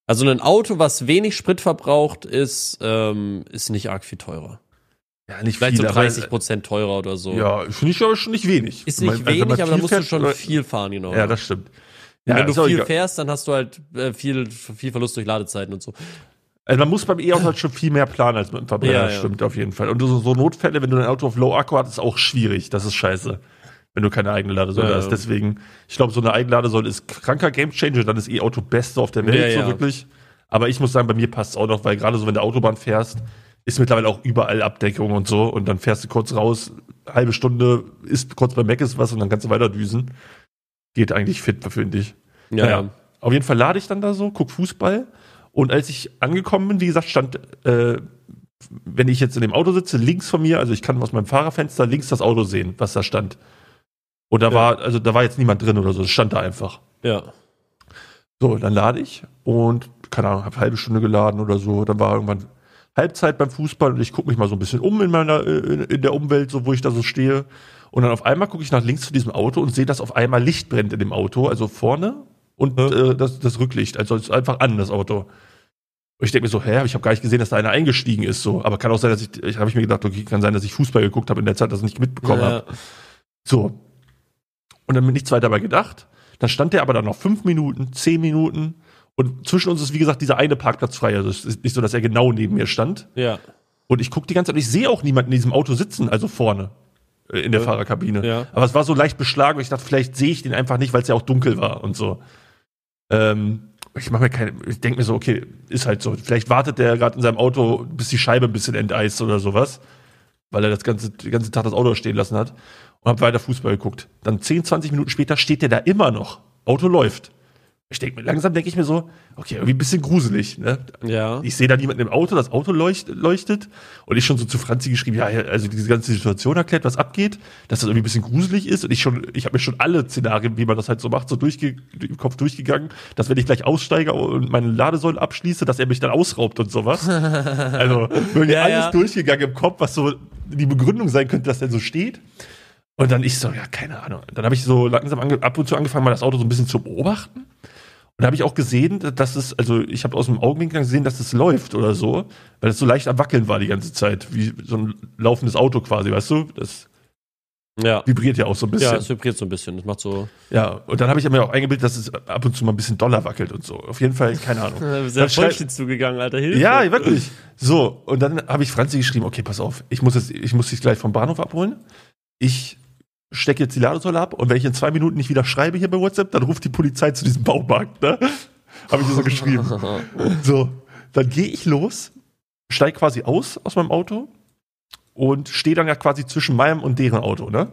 Also ein Auto, was wenig Sprit verbraucht, ist, ähm, ist nicht arg viel teurer. Ja, nicht Vielleicht viel, so dreißig Prozent teurer oder so. Ja, finde ich aber schon nicht wenig. Ist nicht Also, wenig, aber da musst fährt, du schon oder? viel fahren, genau. Ja, das stimmt. Ja, wenn ist du auch viel egal. fährst, dann hast du halt äh, viel, viel Verlust durch Ladezeiten und so. Also man muss beim E-Auto halt schon viel mehr planen als mit dem Verbrenner, Ja, ja. stimmt auf jeden Fall. Und so, so Notfälle, wenn du dein Auto auf Low Akku hast, ist auch schwierig. Das ist scheiße, wenn du keine eigene Ladesäule Ja, hast. ja. Deswegen, ich glaube, so eine eigene Ladesäule ist kranker Gamechanger, dann ist E-Auto Beste auf der Welt, Ja, so ja. wirklich. Aber ich muss sagen, bei mir passt es auch noch, weil gerade so, wenn du Autobahn fährst, ist mittlerweile auch überall Abdeckung und so. Und dann fährst du kurz raus, halbe Stunde, isst kurz bei Mac ist was und dann kannst du weiter düsen. Geht eigentlich fit, finde ich. Ja, Naja, ja. auf jeden Fall lade ich dann da so, guck Fußball. Und als ich angekommen bin, wie gesagt, stand, äh, wenn ich jetzt in dem Auto sitze, links von mir, also ich kann aus meinem Fahrerfenster links das Auto sehen, was da stand. Und da Ja. war, also da war jetzt niemand drin oder so, es stand da einfach. Ja. So, dann lade ich und, keine Ahnung, habe eine halbe Stunde geladen oder so. Dann war irgendwann Halbzeit beim Fußball und ich gucke mich mal so ein bisschen um in meiner, in, in der Umwelt, so wo ich da so stehe. Und dann auf einmal gucke ich nach links zu diesem Auto und sehe, dass auf einmal Licht brennt in dem Auto, also vorne und Ja. äh, das, das Rücklicht, also es ist einfach an, das Auto. Und ich denke mir so, hä, ich habe gar nicht gesehen, dass da einer eingestiegen ist, so. Aber kann auch sein, dass ich, ich habe ich mir gedacht, okay, kann sein, dass ich Fußball geguckt habe in der Zeit, das nicht mitbekommen Ja. habe. So. Und dann bin nichts weiter dabei gedacht. Dann stand der aber dann noch fünf Minuten, zehn Minuten. Und zwischen uns ist, wie gesagt, dieser eine Parkplatz frei. Also es ist nicht so, dass er genau neben mir stand. Ja. Und ich gucke die ganze Zeit, und ich sehe auch niemanden in diesem Auto sitzen, also vorne äh, in der Ja. Fahrerkabine. Ja. Aber es war so leicht beschlagen und ich dachte, vielleicht sehe ich den einfach nicht, weil es ja auch dunkel war und so. Ähm, ich mache mir keine, ich denke mir so, okay, ist halt so. Vielleicht wartet der gerade in seinem Auto, bis die Scheibe ein bisschen enteist oder sowas, weil er das ganze, den ganzen Tag das Auto stehen lassen hat und habe weiter Fußball geguckt. Dann zehn, zwanzig Minuten später steht der da immer noch. Auto läuft. Ich denke mir, langsam denke ich mir so, okay, irgendwie ein bisschen gruselig, ne? Ja. Ich sehe da niemanden im Auto, das Auto leucht, leuchtet und ich schon so zu Franzi geschrieben, ja, also diese ganze Situation erklärt, was abgeht, dass das irgendwie ein bisschen gruselig ist und ich schon, ich habe mir schon alle Szenarien, wie man das halt so macht, so durchge im Kopf durchgegangen, dass wenn ich gleich aussteige und meine Ladesäule abschließe, dass er mich dann ausraubt und sowas. Also wirklich Ja, alles ja. durchgegangen im Kopf, was so die Begründung sein könnte, dass der so steht. Und dann ich so, ja, keine Ahnung. Dann habe ich so langsam ange ab und zu angefangen, mal das Auto so ein bisschen zu beobachten. Und da habe ich auch gesehen, dass es, also ich habe aus dem Augenwinkel gesehen, dass es läuft oder so, weil es so leicht am Wackeln war die ganze Zeit, wie so ein laufendes Auto quasi, weißt du? Das Ja. vibriert ja auch so ein Ja, bisschen. es vibriert so ein bisschen. Das macht so. Ja, und dann habe ich mir auch eingebildet, dass es ab und zu mal ein bisschen doller wackelt und so. Auf jeden Fall, keine Ahnung. Sehr Dann schrei- voll zugegangen, Alter. Hilfe. Ja, wirklich. So, und dann habe ich Franzi geschrieben, okay, pass auf, ich muss jetzt, ich muss dich gleich vom Bahnhof abholen. Ich stecke jetzt die Ladesäule ab und wenn ich in zwei Minuten nicht wieder schreibe hier bei WhatsApp, dann ruft die Polizei zu diesem Baumarkt, ne? Habe ich dir so geschrieben. So, dann gehe ich los, steige quasi aus aus meinem Auto und stehe dann ja quasi zwischen meinem und deren Auto, ne?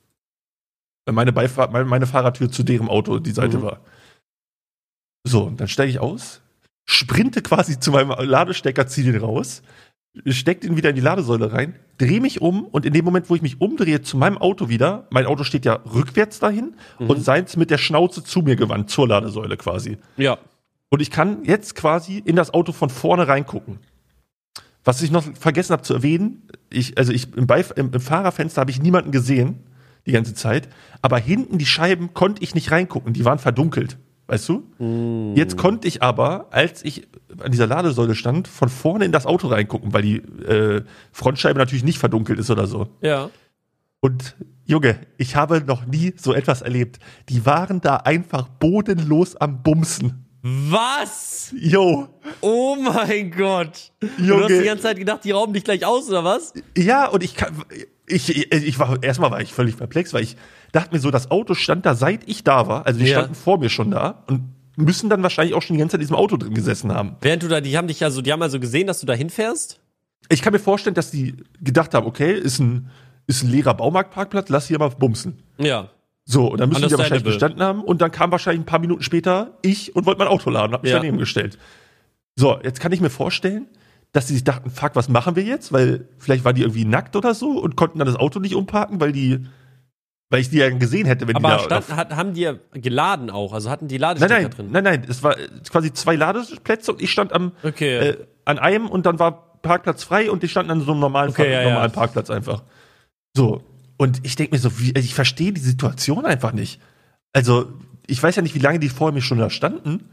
Meine, Beifahr meine, meine Fahrertür zu deren Auto, die Seite Mhm. war. So, und dann steige ich aus, sprinte quasi zu meinem Ladestecker, ziehe den raus, steck den wieder in die Ladesäule rein, drehe mich um und in dem Moment, wo ich mich umdrehe zu meinem Auto wieder, mein Auto steht ja rückwärts dahin Mhm. und seins mit der Schnauze zu mir gewandt, zur Ladesäule quasi. Ja. Und ich kann jetzt quasi in das Auto von vorne reingucken. Was ich noch vergessen habe zu erwähnen, ich, also ich im, Beif im, im Fahrerfenster habe ich niemanden gesehen die ganze Zeit, aber hinten die Scheiben konnte ich nicht reingucken, die waren verdunkelt, weißt du? Mm. Jetzt konnte ich aber, als ich an dieser Ladesäule stand, von vorne in das Auto reingucken, weil die äh, Frontscheibe natürlich nicht verdunkelt ist oder so. Ja. Und Junge, ich habe noch nie so etwas erlebt. Die waren da einfach bodenlos am Bumsen. Was? Yo, Oh mein Gott. Und du Junge. hast die ganze Zeit gedacht, die rauben dich gleich aus, oder was? ja, und ich kann, ich, ich, ich war, erstmal war ich völlig perplex, weil ich dachte mir so, das Auto stand da, seit ich da war, also die Ja. standen vor mir schon da und müssen dann wahrscheinlich auch schon die ganze Zeit in diesem Auto drin gesessen haben. Während du da, die haben dich also, die haben also gesehen, dass du da hinfährst? Ich kann mir vorstellen, dass die gedacht haben, okay, ist ein, ist ein leerer Baumarktparkplatz, lass hier mal bumsen. Ja. So, und dann müssen die ja wahrscheinlich Understandable. bestanden haben und dann kam wahrscheinlich ein paar Minuten später ich und wollte mein Auto laden, hab mich Ja. daneben gestellt. So, jetzt kann ich mir vorstellen, dass sie sich dachten, fuck, was machen wir jetzt? Weil vielleicht waren die irgendwie nackt oder so und konnten dann das Auto nicht umparken, weil die, weil ich die ja gesehen hätte, wenn Aber die da. stand, hat, haben die ja geladen auch? Also hatten die nein, Ladestecker nein, drin? nein, nein, es war quasi zwei Ladeplätze und ich stand am Okay. äh, an einem und dann war Parkplatz frei und die standen an so einem normalen, Okay, Fahr- ja, ja. normalen Parkplatz einfach. So, und ich denke mir so, wie, also ich verstehe die Situation einfach nicht. Also, ich weiß ja nicht, wie lange die vor mir schon da standen,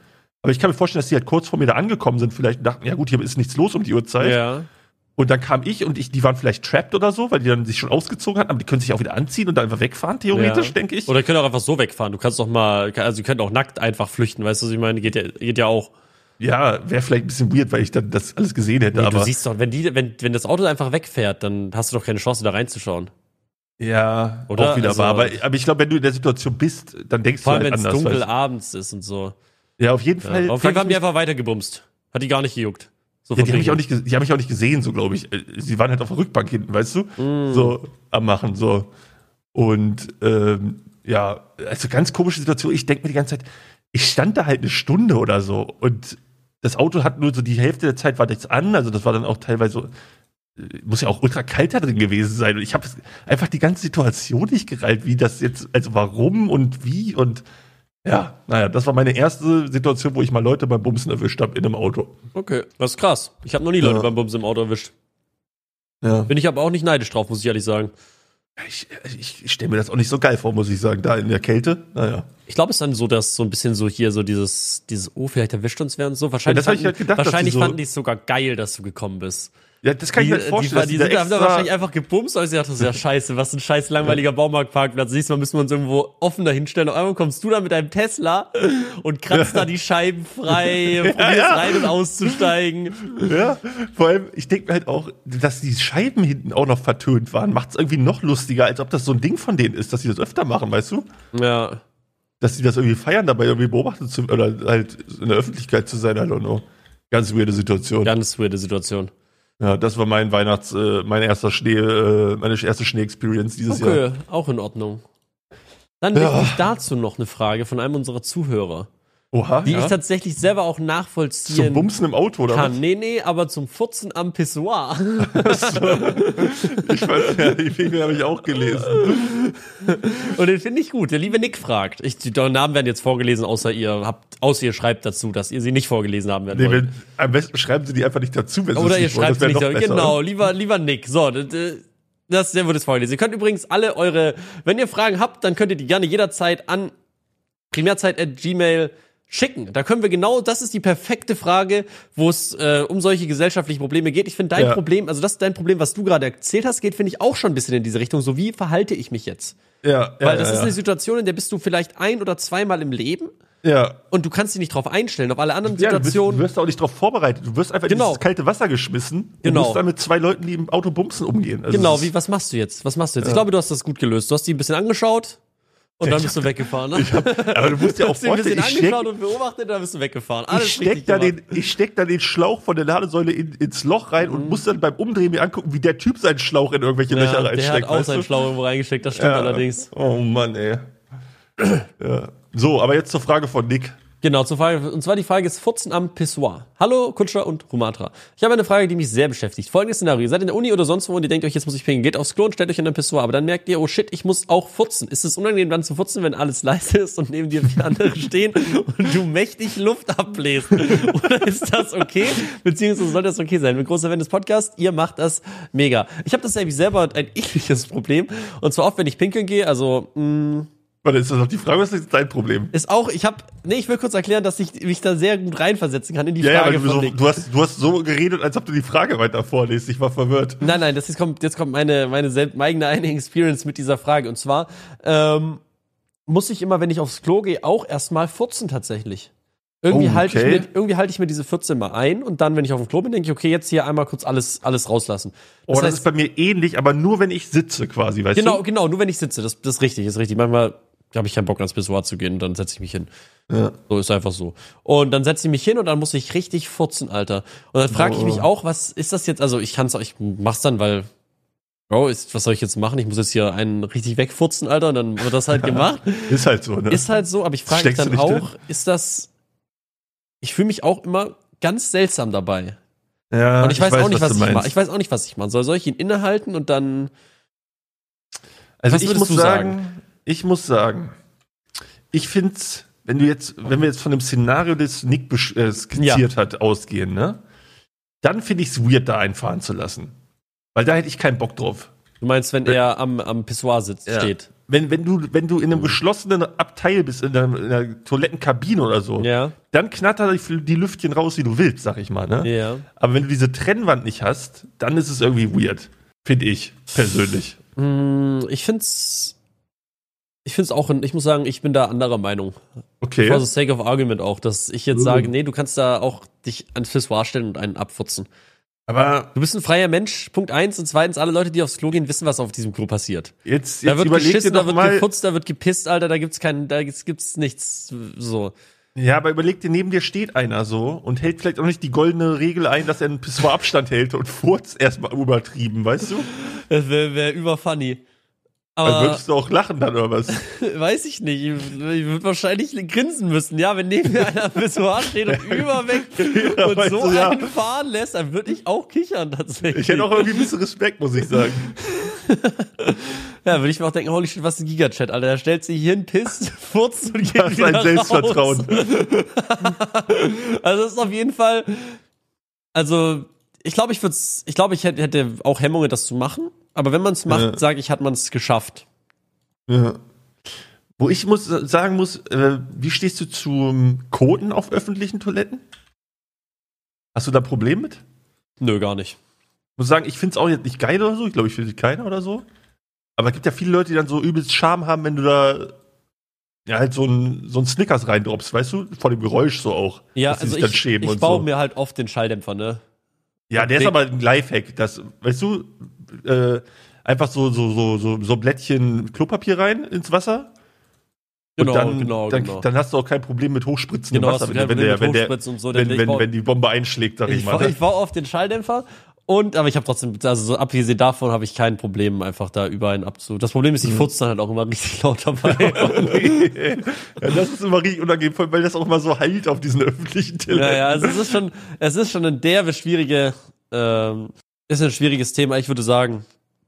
Aber ich kann mir vorstellen, dass die halt kurz vor mir da angekommen sind, vielleicht dachten, ja gut, hier ist nichts los um die Uhrzeit. Ja. Und dann kam ich und ich, die waren vielleicht trapped oder so, weil die dann sich schon ausgezogen hatten, aber die können sich auch wieder anziehen und dann einfach wegfahren, theoretisch, Ja. denke ich. Oder können auch einfach so wegfahren. Du kannst doch mal, also, die können auch nackt einfach flüchten, weißt du, was ich meine? Geht ja, geht ja auch. Ja, wäre vielleicht ein bisschen weird, weil ich dann das alles gesehen hätte, Nee, aber. du siehst doch, wenn die, wenn, wenn das Auto einfach wegfährt, dann hast du doch keine Chance, da reinzuschauen. Ja, Oder? auch wieder Also, wahr. Aber, aber ich glaube, wenn du in der Situation bist, dann denkst Vor du allem, halt wenn es anders. dunkel weißt abends ist und so. du? Ja, auf jeden Ja. Fall. Auf jeden Fall haben die einfach weitergebumst. Hat die gar nicht gejuckt. So Ja, die habe von ich auch nicht, ge- die hab ich auch nicht gesehen, so glaube ich. Äh, Sie waren halt auf der Rückbank hinten, weißt du? Mm. So am Machen, so. Und ähm, ja, also ganz komische Situation. Ich denke mir die ganze Zeit, ich stand da halt eine Stunde oder so und das Auto hat nur so die Hälfte der Zeit war nichts an, also das war dann auch teilweise so, äh, muss ja auch ultra kalt da drin gewesen sein. Und ich habe einfach die ganze Situation nicht gereilt, wie das jetzt, also warum und wie und ja, naja, das war meine erste Situation, wo ich mal Leute beim Bumsen erwischt habe in einem Auto. Okay, das ist krass. Ich habe noch nie Leute Ja. beim Bums im Auto erwischt. Ja. Bin ich aber auch nicht neidisch drauf, muss ich ehrlich sagen. Ich, ich stelle mir das auch nicht so geil vor, muss ich sagen, da in der Kälte. Naja. Ich glaube, es ist dann so, dass so ein bisschen so hier so dieses, dieses, oh, vielleicht erwischt uns wer und so. Wahrscheinlich, Ja, das hab ich fanden, halt gedacht, dass wahrscheinlich die so- fanden die es sogar geil, dass du gekommen bist. Ja, das kann Die, ich mir halt die, vorstellen. die, die dass sind da haben da extra- wahrscheinlich einfach gebumst, aber ich dachte, das ist ja scheiße, was ein scheiß langweiliger Baumarktparkplatz. Siehst du, mal müssen wir uns irgendwo offen dahinstellen. Auf einmal kommst du da mit deinem Tesla und kratzt da die Scheiben frei, probierst ja. rein und auszusteigen. Ja, vor allem, ich denke mir halt auch, dass die Scheiben hinten auch noch vertönt waren, macht es irgendwie noch lustiger, als ob das so ein Ding von denen ist, dass sie das öfter machen, weißt du? Ja. Dass sie das irgendwie feiern, dabei irgendwie beobachtet zu, oder halt in der Öffentlichkeit zu sein, I don't know. Ganz weirde Situation. Ja, Ganz weirde Situation. das war mein Weihnachts-, äh, mein erster Schnee, äh, meine erste Schnee-Experience dieses Jahr. Okay, auch in Ordnung. Dann Ja. habe ich dazu noch eine Frage von einem unserer Zuhörer, Oha, die ja? ich tatsächlich selber auch Zum nachvollziehen Bumsen im Auto, oder kann. Nee, nee, aber zum Furzen am Pissoir. was? Ich weiß, ja, die Filme habe ich auch gelesen. Und den finde ich gut. Der liebe Nick fragt. Ich, die Namen werden jetzt vorgelesen, außer ihr habt, außer ihr schreibt dazu, dass ihr sie nicht vorgelesen haben werdet. Nee, wenn, am besten schreiben sie die einfach nicht dazu, wenn sie Oder es ihr nicht wollen. schreibt Das sie wär nicht noch dazu. besser, Genau, oder? lieber, lieber Nick. So, das, das, der wird es vorgelesen. Ihr könnt übrigens alle eure, wenn ihr Fragen habt, dann könnt ihr die gerne jederzeit an primärzeit at gmail schicken. Da können wir genau, das ist die perfekte Frage, wo es äh, um solche gesellschaftlichen Probleme geht. Ich finde dein Ja. Problem, also das ist dein Problem, was du gerade erzählt hast, geht, finde ich, auch schon ein bisschen in diese Richtung. So, wie verhalte ich mich jetzt? Ja, Weil ja, das ja, ist eine ja. Situation, in der bist du vielleicht ein oder zweimal im Leben Ja. und du kannst dich nicht drauf einstellen. Auf alle anderen Ja, du, bist, du Situationen. wirst auch nicht darauf vorbereitet. Du wirst einfach Genau. in dieses kalte Wasser geschmissen Genau. und musst dann mit zwei Leuten, die im Auto bumsen, umgehen. Also Genau, es wie, ist- was machst du jetzt? Was machst du jetzt? Ich glaube, du hast das gut gelöst. Du hast die ein bisschen angeschaut und dann Ich bist du weggefahren. Ne? aber du musst dir Du auch hast die ein bisschen vorstellen, ich steck, angeschaut und beobachtet und dann bist du weggefahren. Alles ich, steck richtig da gemacht. den, ich steck da den Schlauch von der Ladesäule in, ins Loch rein und muss dann beim Umdrehen mir angucken, wie der Typ seinen Schlauch in irgendwelche Ja, Löcher der reinsteckt. hat auch weißt seinen du? Schlauch irgendwo reingesteckt, das stimmt Ja. allerdings. Oh Mann, ey. Ja. So, aber jetzt zur Frage von Nick. Genau, zur Frage, und zwar die Frage ist Furzen am Pissoir. Hallo, Kutscher und Rumatra. Ich habe eine Frage, die mich sehr beschäftigt. Folgendes Szenario. Ihr seid in der Uni oder sonst wo und ihr denkt euch, jetzt muss ich pinkeln. Geht aufs Klo und stellt euch in ein Pissoir. Aber dann merkt ihr, oh shit, ich muss auch furzen. Ist es unangenehm, dann zu furzen, wenn alles leise ist und neben dir vier andere stehen und du mächtig Luft abbläst? Oder ist das okay? Beziehungsweise soll das okay sein? Ich bin großer Fan des Podcasts. Ihr macht das mega. Ich habe das nämlich selber ein ähnliches Problem. Und zwar oft, wenn ich pinkeln gehe, also, mh, Warte, ist das noch die Frage, was ist jetzt dein Problem? ist auch, ich habe, nee, ich will kurz erklären, dass ich mich da sehr gut reinversetzen kann in die Ja, ja, Frage weil du, von so, Nick. du, hast, du hast so geredet, als ob du die Frage weiter vorliest. Ich war verwirrt. Nein, nein, das ist, kommt, jetzt kommt meine, meine, selbst, meine eigene Experience mit dieser Frage. Und zwar, ähm, muss ich immer, wenn ich aufs Klo gehe, auch erstmal furzen tatsächlich. Irgendwie Oh, halte okay. ich mir, irgendwie halte ich mir diese vierzehn mal ein und dann, wenn ich auf dem Klo bin, denke ich, okay, jetzt hier einmal kurz alles, alles rauslassen. Oh, das, ist bei mir ähnlich, aber nur wenn ich sitze quasi, weißt genau, du? genau, nur wenn ich sitze, das, das ist richtig, das ist richtig. Manchmal habe ich keinen Bock, ans Pissoir zu gehen, dann setze ich mich hin. Ja. So ist einfach so. Und dann setze ich mich hin und dann muss ich richtig furzen, Alter. Und dann frage ich mich auch, was ist das jetzt? Also ich kann's auch, ich mach's dann, weil, Bro, ist, was soll ich jetzt machen? Ich muss jetzt hier einen richtig wegfurzen, Alter, und dann wird das halt gemacht. Ist halt so, ne? Ist halt so, aber ich frage mich Steckst du dann nicht auch, ist das, ich fühle mich auch immer ganz seltsam dabei. ja, Und ich, weiß, auch nicht, was, du ich mache. meinst. Ich weiß auch nicht, was ich machen soll. Soll ich ihn innehalten und dann, Also Was ich würdest muss du sagen, sagen? ich muss sagen, ich find's, wenn du jetzt, wenn wir jetzt von dem Szenario, das Nick besch- äh, skizziert hat, ausgehen, ne? Dann finde ich's weird, da einfahren zu lassen. Weil da hätte ich keinen Bock drauf. du meinst, wenn er am, am Pissoir sitzt, Ja. steht. wenn, wenn, du, wenn du in einem geschlossenen Abteil bist, in einer, in einer Toilettenkabine oder so, Ja. dann knattert die, die Lüftchen raus, wie du willst, sag ich mal. Ne? Ja. Aber wenn du diese Trennwand nicht hast, dann ist es irgendwie weird. Finde ich, persönlich. Mm, Ich find's. Ich find's auch, ich muss sagen, ich bin da anderer Meinung. Okay. For the sake of argument auch, dass ich jetzt Uh. sage, nee, du kannst da auch dich ans Pissoir stellen und einen abfutzen. Aber Du bist ein freier Mensch, Punkt eins. Und zweitens, alle Leute, die aufs Klo gehen, wissen, was auf diesem Klo passiert. jetzt, Da jetzt wird überleg dir geschissen, doch da wird mal. geputzt, da wird gepisst, Alter, da gibt's keinen, da gibt's, gibt's nichts so. Ja, aber überleg dir, neben dir steht einer so und hält vielleicht auch nicht die goldene Regel ein, dass er einen Pissoir-Abstand hält und furzt erstmal übertrieben, weißt du? Das wäre wär überfunny. Dann Aber würdest du auch lachen dann, oder was? weiß ich nicht. Ich, ich würde wahrscheinlich grinsen müssen. Ja, wenn neben mir einer am Pissoir steht und überweg Ja, und weißt so du, ja. einen fahren lässt, dann würde ich auch kichern tatsächlich. Ich hätte auch irgendwie ein bisschen Respekt, muss ich sagen. Ja, würde ich mir auch denken, holy shit, was ist ein Gigachat, Alter. Der stellt sich hin, pisst, furzt und geht Das ist wieder ein Selbstvertrauen. raus. Also das ist auf jeden Fall, also ich glaube, ich würde ich glaube, ich hätte, hätte auch Hemmungen, das zu machen. Aber wenn man es macht, Ja. sage ich, hat man es geschafft. Ja. Wo ich muss sagen muss, äh, wie stehst du zum Koten auf öffentlichen Toiletten? Hast du da ein Problem mit? Nö, gar nicht. Ich muss sagen, ich finde es auch jetzt nicht geil oder so. Ich glaube, ich finde keiner oder so. Aber es gibt ja viele Leute, die dann so übelst Charme haben, wenn du da ja halt so ein, so ein Snickers reindroppst, weißt du? Vor dem Geräusch so auch. Ja, dass die also sich dann ich, schämen ich und baue so. mir halt oft den Schalldämpfer, ne? Ja, der ist Dick. aber ein Lifehack. Das, weißt du, äh, einfach so, so, so, so, so Blättchen Klopapier rein ins Wasser. Genau, und dann, genau, dann, genau. dann hast du auch kein Problem mit hochspritzendem Genau, Wasser, hast du wenn, kein der- wenn, Problem der, mit wenn, der, Hochspritzen und so, wenn, denn ich wenn, baue- wenn die Bombe einschlägt, sag ich, Ich, mal. baue, Ne? ich baue auf den Schalldämpfer und, aber ich habe trotzdem, also so abgesehen davon habe ich kein Problem, einfach da über einen abzu. Das Problem ist, ich furze dann halt auch immer richtig laut dabei. Ja, das ist immer richtig unangenehm, vor allem, weil das auch immer so heilt auf diesen öffentlichen Toiletten. Ja, ja, also es ist schon, es ist schon ein derbe schwierige, ähm, ist ein schwieriges Thema. Ich würde sagen,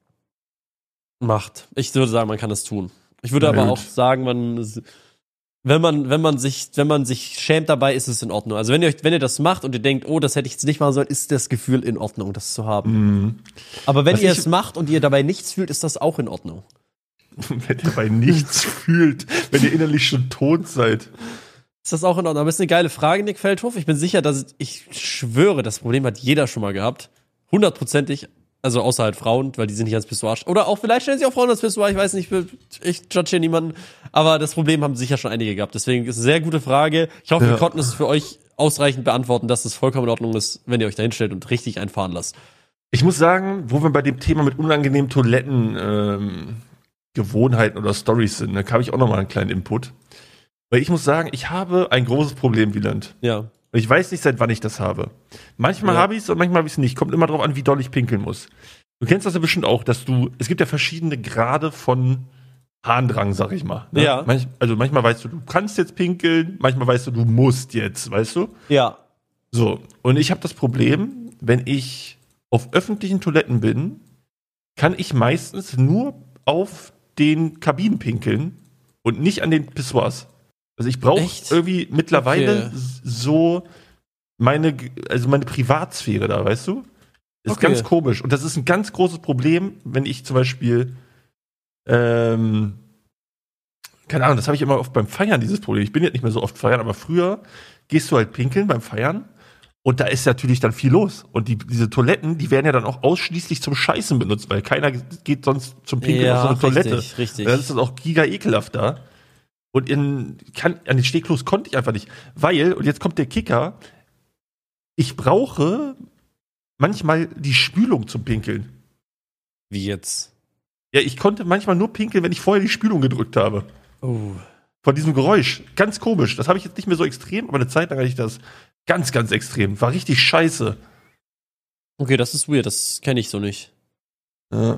macht. Ich würde sagen, man kann es tun. Ich würde Na aber gut. auch sagen, man, wenn man, wenn man sich, wenn man sich schämt dabei, ist es in Ordnung. Also wenn ihr euch, wenn ihr das macht und ihr denkt, oh, das hätte ich jetzt nicht machen sollen, ist das Gefühl in Ordnung, das zu haben. Mhm. Aber wenn Was ihr ich- es macht und ihr dabei nichts fühlt, ist das auch in Ordnung. Wenn ihr bei nichts fühlt, wenn ihr innerlich schon tot seid. Ist das auch in Ordnung? Aber ist eine geile Frage, Nick Feldhof. Ich bin sicher, dass ich schwöre, das Problem hat jeder schon mal gehabt. Hundertprozentig. Also außer halt Frauen, weil die sind nicht ans Pissoir. Oder auch vielleicht stellen sich auch Frauen ans Pissoir, ich weiß nicht, ich judge hier niemanden. Aber das Problem haben sicher schon einige gehabt. Deswegen ist es eine sehr gute Frage. Ich hoffe, Ja. wir konnten es für euch ausreichend beantworten, dass es vollkommen in Ordnung ist, wenn ihr euch da hinstellt und richtig einfahren lasst. Ich muss sagen, wo wir bei dem Thema mit unangenehmen Toiletten ähm, Gewohnheiten oder Stories sind, da habe ich auch noch mal einen kleinen Input. Weil ich muss sagen, ich habe ein großes Problem, Wieland. Ja. Ich weiß nicht, seit wann ich das habe. Manchmal Ja. habe ich es und manchmal habe ich es nicht. Kommt immer darauf an, wie doll ich pinkeln muss. Du kennst das ja bestimmt auch, dass du, es gibt ja verschiedene Grade von Harndrang, sag ich mal. Ne? Ja. Manch, also manchmal weißt du, du kannst jetzt pinkeln, manchmal weißt du, du musst jetzt, weißt du? Ja. So, und ich habe das Problem, wenn ich auf öffentlichen Toiletten bin, kann ich meistens nur auf den Kabinen pinkeln und nicht an den Pissoirs. Also ich brauche Echt? irgendwie mittlerweile Okay. so meine, also meine Privatsphäre da, weißt du? Ist Okay. ganz komisch. Und das ist ein ganz großes Problem, wenn ich zum Beispiel, ähm, keine Ahnung, das habe ich immer oft beim Feiern, dieses Problem. Ich bin jetzt nicht mehr so oft feiern, aber früher gehst du halt pinkeln beim Feiern und da ist natürlich dann viel los. Und die, diese Toiletten, die werden ja dann auch ausschließlich zum Scheißen benutzt, weil keiner geht sonst zum Pinkeln Ja, auf so eine Toilette. richtig, richtig. Dann ist das auch giga ekelhaft da. Und in, kann, an den Stehklos konnte ich einfach nicht. Weil, und jetzt kommt der Kicker, ich brauche manchmal die Spülung zum Pinkeln. Wie jetzt? Ja, ich konnte manchmal nur pinkeln, wenn ich vorher die Spülung gedrückt habe. Oh. Von diesem Geräusch. Ganz komisch. Das habe ich jetzt nicht mehr so extrem, aber eine Zeit lang hatte ich das ganz, ganz extrem. War richtig scheiße. Okay, das ist weird, das kenne ich so nicht. Ja.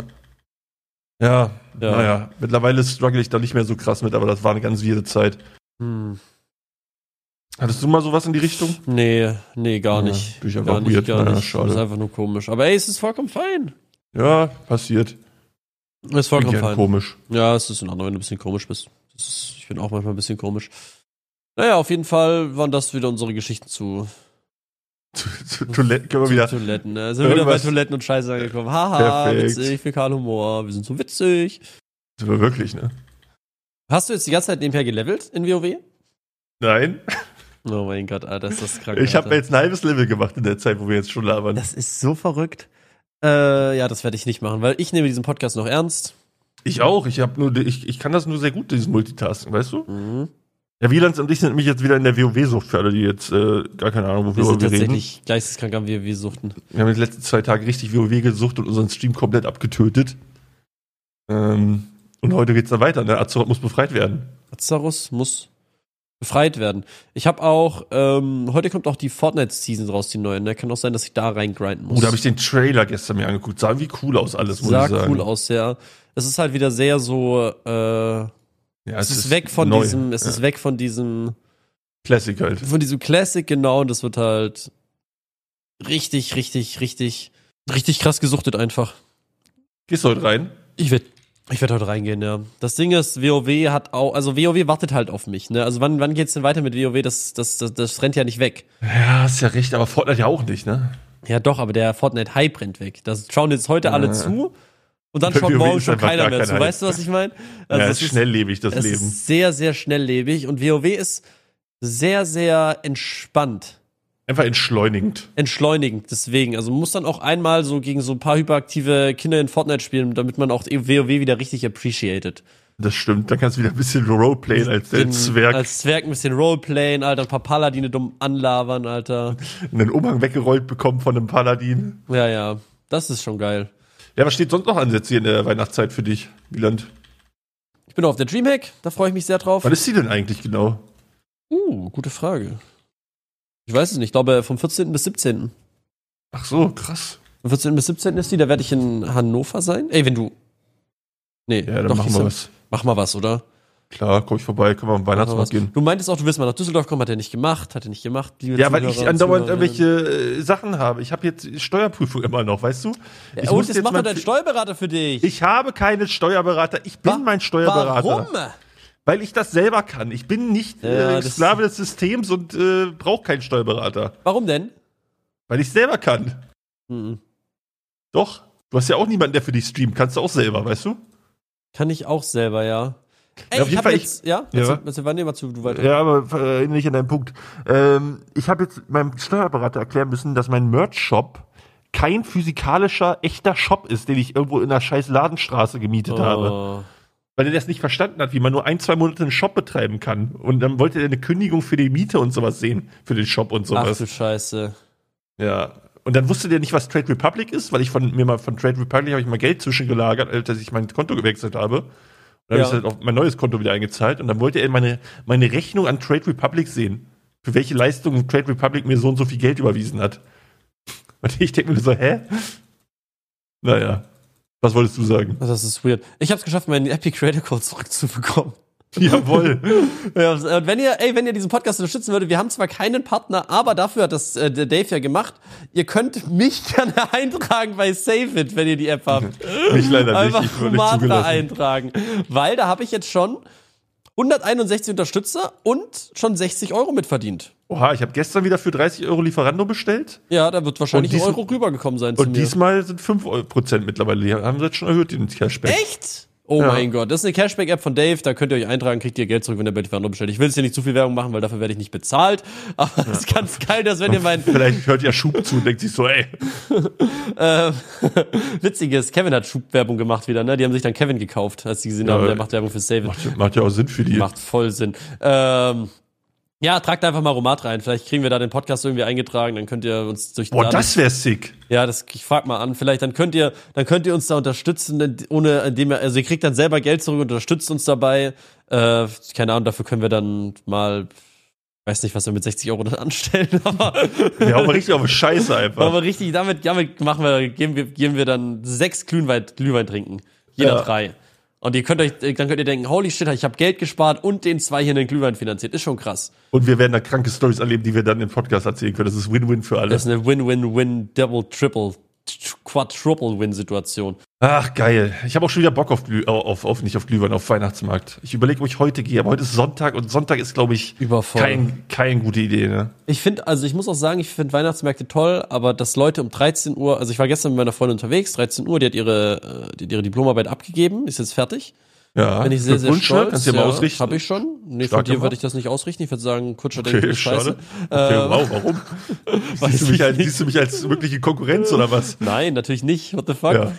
Ja, Ja. naja. Mittlerweile struggle ich da nicht mehr so krass mit, aber das war eine ganz weirde Zeit. Hm. Hattest du mal sowas in die Richtung? Nee, nee, gar Ja, nicht. bin ich einfach gar nicht, weird. gar Naja, nicht. schade. Das ist einfach nur komisch. Aber ey, es ist vollkommen fein. Ja, passiert. Es ist vollkommen Gern fein. komisch. Ja, es ist in Ordnung, wenn du ein bisschen komisch bist. Das ist, ich bin auch manchmal ein bisschen komisch. Naja, auf jeden Fall waren das wieder unsere Geschichten zu, Zu, zu Toiletten können wir wieder. zu Toiletten. Ne? Sind wir wieder bei Irgendwas- Toiletten und Scheiße angekommen. Haha, Perfekt. witzig, fäkal Humor, wir sind so witzig. Sind wir wirklich, ne? Hast du jetzt die ganze Zeit nebenher gelevelt in WoW? Nein. Oh mein Gott, Alter, ist das krank. Ich habe mir jetzt ein halbes Level gemacht in der Zeit, wo wir jetzt schon labern. Das ist so verrückt. Äh, ja, das werde ich nicht machen, weil ich nehme diesen Podcast noch ernst. Ich auch. Ich habe nur, ich, ich kann das nur sehr gut, dieses Multitasking, weißt du? Mhm. Ja, Wielands und ich sind nämlich jetzt wieder in der WoW-Sucht für alle, die jetzt äh, gar keine Ahnung, wofür Wir sind wir reden. tatsächlich geisteskrank am WoW-Suchten. Wir haben die letzten zwei Tage richtig WoW gesucht und unseren Stream komplett abgetötet. Ähm, und heute geht's dann weiter. Der Azeroth muss befreit werden. Azeroth muss befreit werden. Ich habe auch, ähm, heute kommt auch die Fortnite-Season raus, die neue. Ne? Kann auch sein, dass ich da reingrinden muss. Oh, da habe ich den Trailer gestern mir angeguckt. Sah wie cool aus alles, muss Sah ich sagen. cool aus, ja. Es ist halt wieder sehr so, äh, Ja, es, es ist, ist weg von neu. diesem, es ja. ist weg von diesem Classic halt. Von diesem Classic, genau, und das wird halt richtig, richtig, richtig, richtig krass gesuchtet einfach. Gehst du heute rein? Ich werde ich werd heute reingehen, ja. Das Ding ist, WoW hat auch, also WoW wartet halt auf mich, ne? Also wann, wann geht's denn weiter mit WoW? Das, das, das, das rennt ja nicht weg. Ja, hast ja recht, aber Fortnite ja auch nicht, ne? Ja doch, aber der Fortnite-Hype rennt weg. Das schauen jetzt heute äh. alle zu. Und dann schaut morgen schon keiner mehr zu. Weißt du, was ich meine? Also ja, es ist schnelllebig, das es Leben. Es ist sehr, sehr schnelllebig. Und WoW ist sehr, sehr entspannt. Einfach entschleunigend. Entschleunigend, deswegen. Also man muss dann auch einmal so gegen so ein paar hyperaktive Kinder in Fortnite spielen, damit man auch WoW wieder richtig appreciated. Das stimmt, dann kannst du wieder ein bisschen Roleplayen als der Zwerg. Als Zwerg ein bisschen Roleplayen, Alter, ein paar Paladine dumm anlabern, Alter. Einen Umhang weggerollt bekommen von einem Paladin. Ja, ja, das ist schon geil. Ja, was steht sonst noch an jetzt hier in der Weihnachtszeit für dich, Wieland? Ich bin auf der Dreamhack, da freue ich mich sehr drauf. Wann ist sie denn eigentlich genau? Uh, gute Frage. Ich weiß es nicht, ich glaube vom vierzehnten bis siebzehnten Ach so, krass. Vom vierzehnten bis siebzehnten ist die, da werde ich in Hannover sein. Ey, wenn du... Nee, ja, dann doch, machen wir was. Mach mal was, oder? Klar, komm ich vorbei, können wir am Weihnachtsmarkt gehen. Du meintest auch, du willst mal nach Düsseldorf kommen, hat er nicht gemacht, hat er nicht gemacht. Liebe ja, weil ich andauernd irgendwelche äh, Sachen habe. Ich habe jetzt Steuerprüfung immer noch, weißt du? Ich ja, und das macht doch dein Steuerberater für dich. Ich habe keinen Steuerberater, ich bin Wa- mein Steuerberater. Warum? Weil ich das selber kann. Ich bin nicht äh, ja, Sklave des Systems und äh, brauche keinen Steuerberater. Warum denn? Weil ich selber kann. Mhm. Doch. Du hast ja auch niemanden, der für dich streamt. Kannst du auch selber, weißt du? Kann ich auch selber, ja. Ey, ja, auf ich jeden hab Fall jetzt, ich, ja? ja. Erzähl, wann nehmen wir zu, du weiter. Ja, aber äh, nicht an deinem Punkt. Ähm, ich habe jetzt meinem Steuerberater erklären müssen, dass mein Merch-Shop kein physikalischer, echter Shop ist, den ich irgendwo in einer scheiß Ladenstraße gemietet oh. habe. Weil er das nicht verstanden hat, wie man nur ein, zwei Monate einen Shop betreiben kann. Und dann wollte er eine Kündigung für die Miete und sowas sehen, für den Shop und sowas. Ach du Scheiße. Ja. Und dann wusste der nicht, was Trade Republic ist, weil ich von mir mal von Trade Republic habe ich mal Geld zwischengelagert, als ich mein Konto gewechselt habe. Und dann ja. habe ich halt auf mein neues Konto wieder eingezahlt. Und dann wollte er meine, meine Rechnung an Trade Republic sehen. Für welche Leistungen Trade Republic mir so und so viel Geld überwiesen hat. Und ich denke mir so, hä? Naja. Was wolltest du sagen? Das ist weird. Ich habe es geschafft, meinen Epic Creator Code zurückzubekommen. Jawohl. Ja, und wenn ihr, ey, wenn ihr diesen Podcast unterstützen würdet, wir haben zwar keinen Partner, aber dafür hat das äh, der Dave ja gemacht. Ihr könnt mich gerne eintragen bei Save-It, wenn ihr die App habt. Mich leider Einfach nicht. Ich Matra eintragen. Weil da habe ich jetzt schon hunderteinundsechzig Unterstützer und schon sechzig Euro mitverdient. Oha, ich habe gestern wieder für dreißig Euro Lieferando bestellt. Ja, da wird wahrscheinlich dies- ein Euro rübergekommen sein zu Und mir. diesmal sind fünf Prozent mittlerweile. Die haben sie jetzt schon erhöht, den Cashback. Echt? Oh Ja. mein Gott, das ist eine Cashback-App von Dave, da könnt ihr euch eintragen, kriegt ihr Geld zurück, wenn ihr bei Lieferando bestellt. Ich will jetzt hier nicht zu viel Werbung machen, weil dafür werde ich nicht bezahlt, aber es ja. ist ganz geil, dass wenn ihr mein... Vielleicht hört ihr Schub zu und denkt sich so, ey. äh, Witziges, Kevin hat Schubwerbung gemacht wieder, ne? Die haben sich dann Kevin gekauft, als die gesehen Ja, haben, der macht Werbung für Save It. Macht, macht ja auch Sinn für die. Macht voll Sinn. Ähm... Ja, tragt einfach mal Romat rein. Vielleicht kriegen wir da den Podcast irgendwie eingetragen, dann könnt ihr uns durch Boah, das wäre sick. Ja, das ich frag mal an. Vielleicht dann könnt ihr, dann könnt ihr uns da unterstützen, ohne indem ihr, also ihr kriegt dann selber Geld zurück und unterstützt uns dabei. Äh, keine Ahnung, dafür können wir dann mal, weiß nicht, was wir mit sechzig Euro dann anstellen, aber wir haben richtig auf Scheiße einfach. Aber richtig, damit, damit machen wir, geben wir, geben wir dann sechs Glühwein, Glühwein trinken, jeder ja. drei. Und ihr könnt euch, dann könnt ihr denken, holy shit, ich habe Geld gespart und den zwei hier einen Glühwein finanziert. Ist schon krass. Und wir werden da kranke Storys erleben, die wir dann im Podcast erzählen können. Das ist Win-Win für alle. Das ist eine Win-Win-Win, Double, Triple, Quadruple-Win-Situation. Ach, geil. Ich habe auch schon wieder Bock auf, Glüh, auf, auf, nicht auf Glühwein, auf Weihnachtsmarkt. Ich überlege, ob ich heute gehe, aber heute ist Sonntag und Sonntag ist, glaube ich, Übervoll. kein, keine gute Idee, ne? Ich finde, also ich muss auch sagen, ich finde Weihnachtsmärkte toll, aber dass Leute um dreizehn Uhr, also ich war gestern mit meiner Freundin unterwegs, dreizehn Uhr, die hat ihre, die hat ihre Diplomarbeit abgegeben, ist jetzt fertig. Ja, Bin ich sehr, sehr Glückwunsch, stolz. kannst du dir mal ja, ausrichten. Hab ich schon. Nee, Stark von dir gemacht. würde ich das nicht ausrichten. Ich würde sagen, Kutscher, Okay, denke ich, ist scheiße. Okay, Ähm, wow, warum? weiß siehst, du mich ich als, nicht. siehst du mich als wirkliche Konkurrenz oder was? Nein, natürlich nicht. What the fuck? Ja.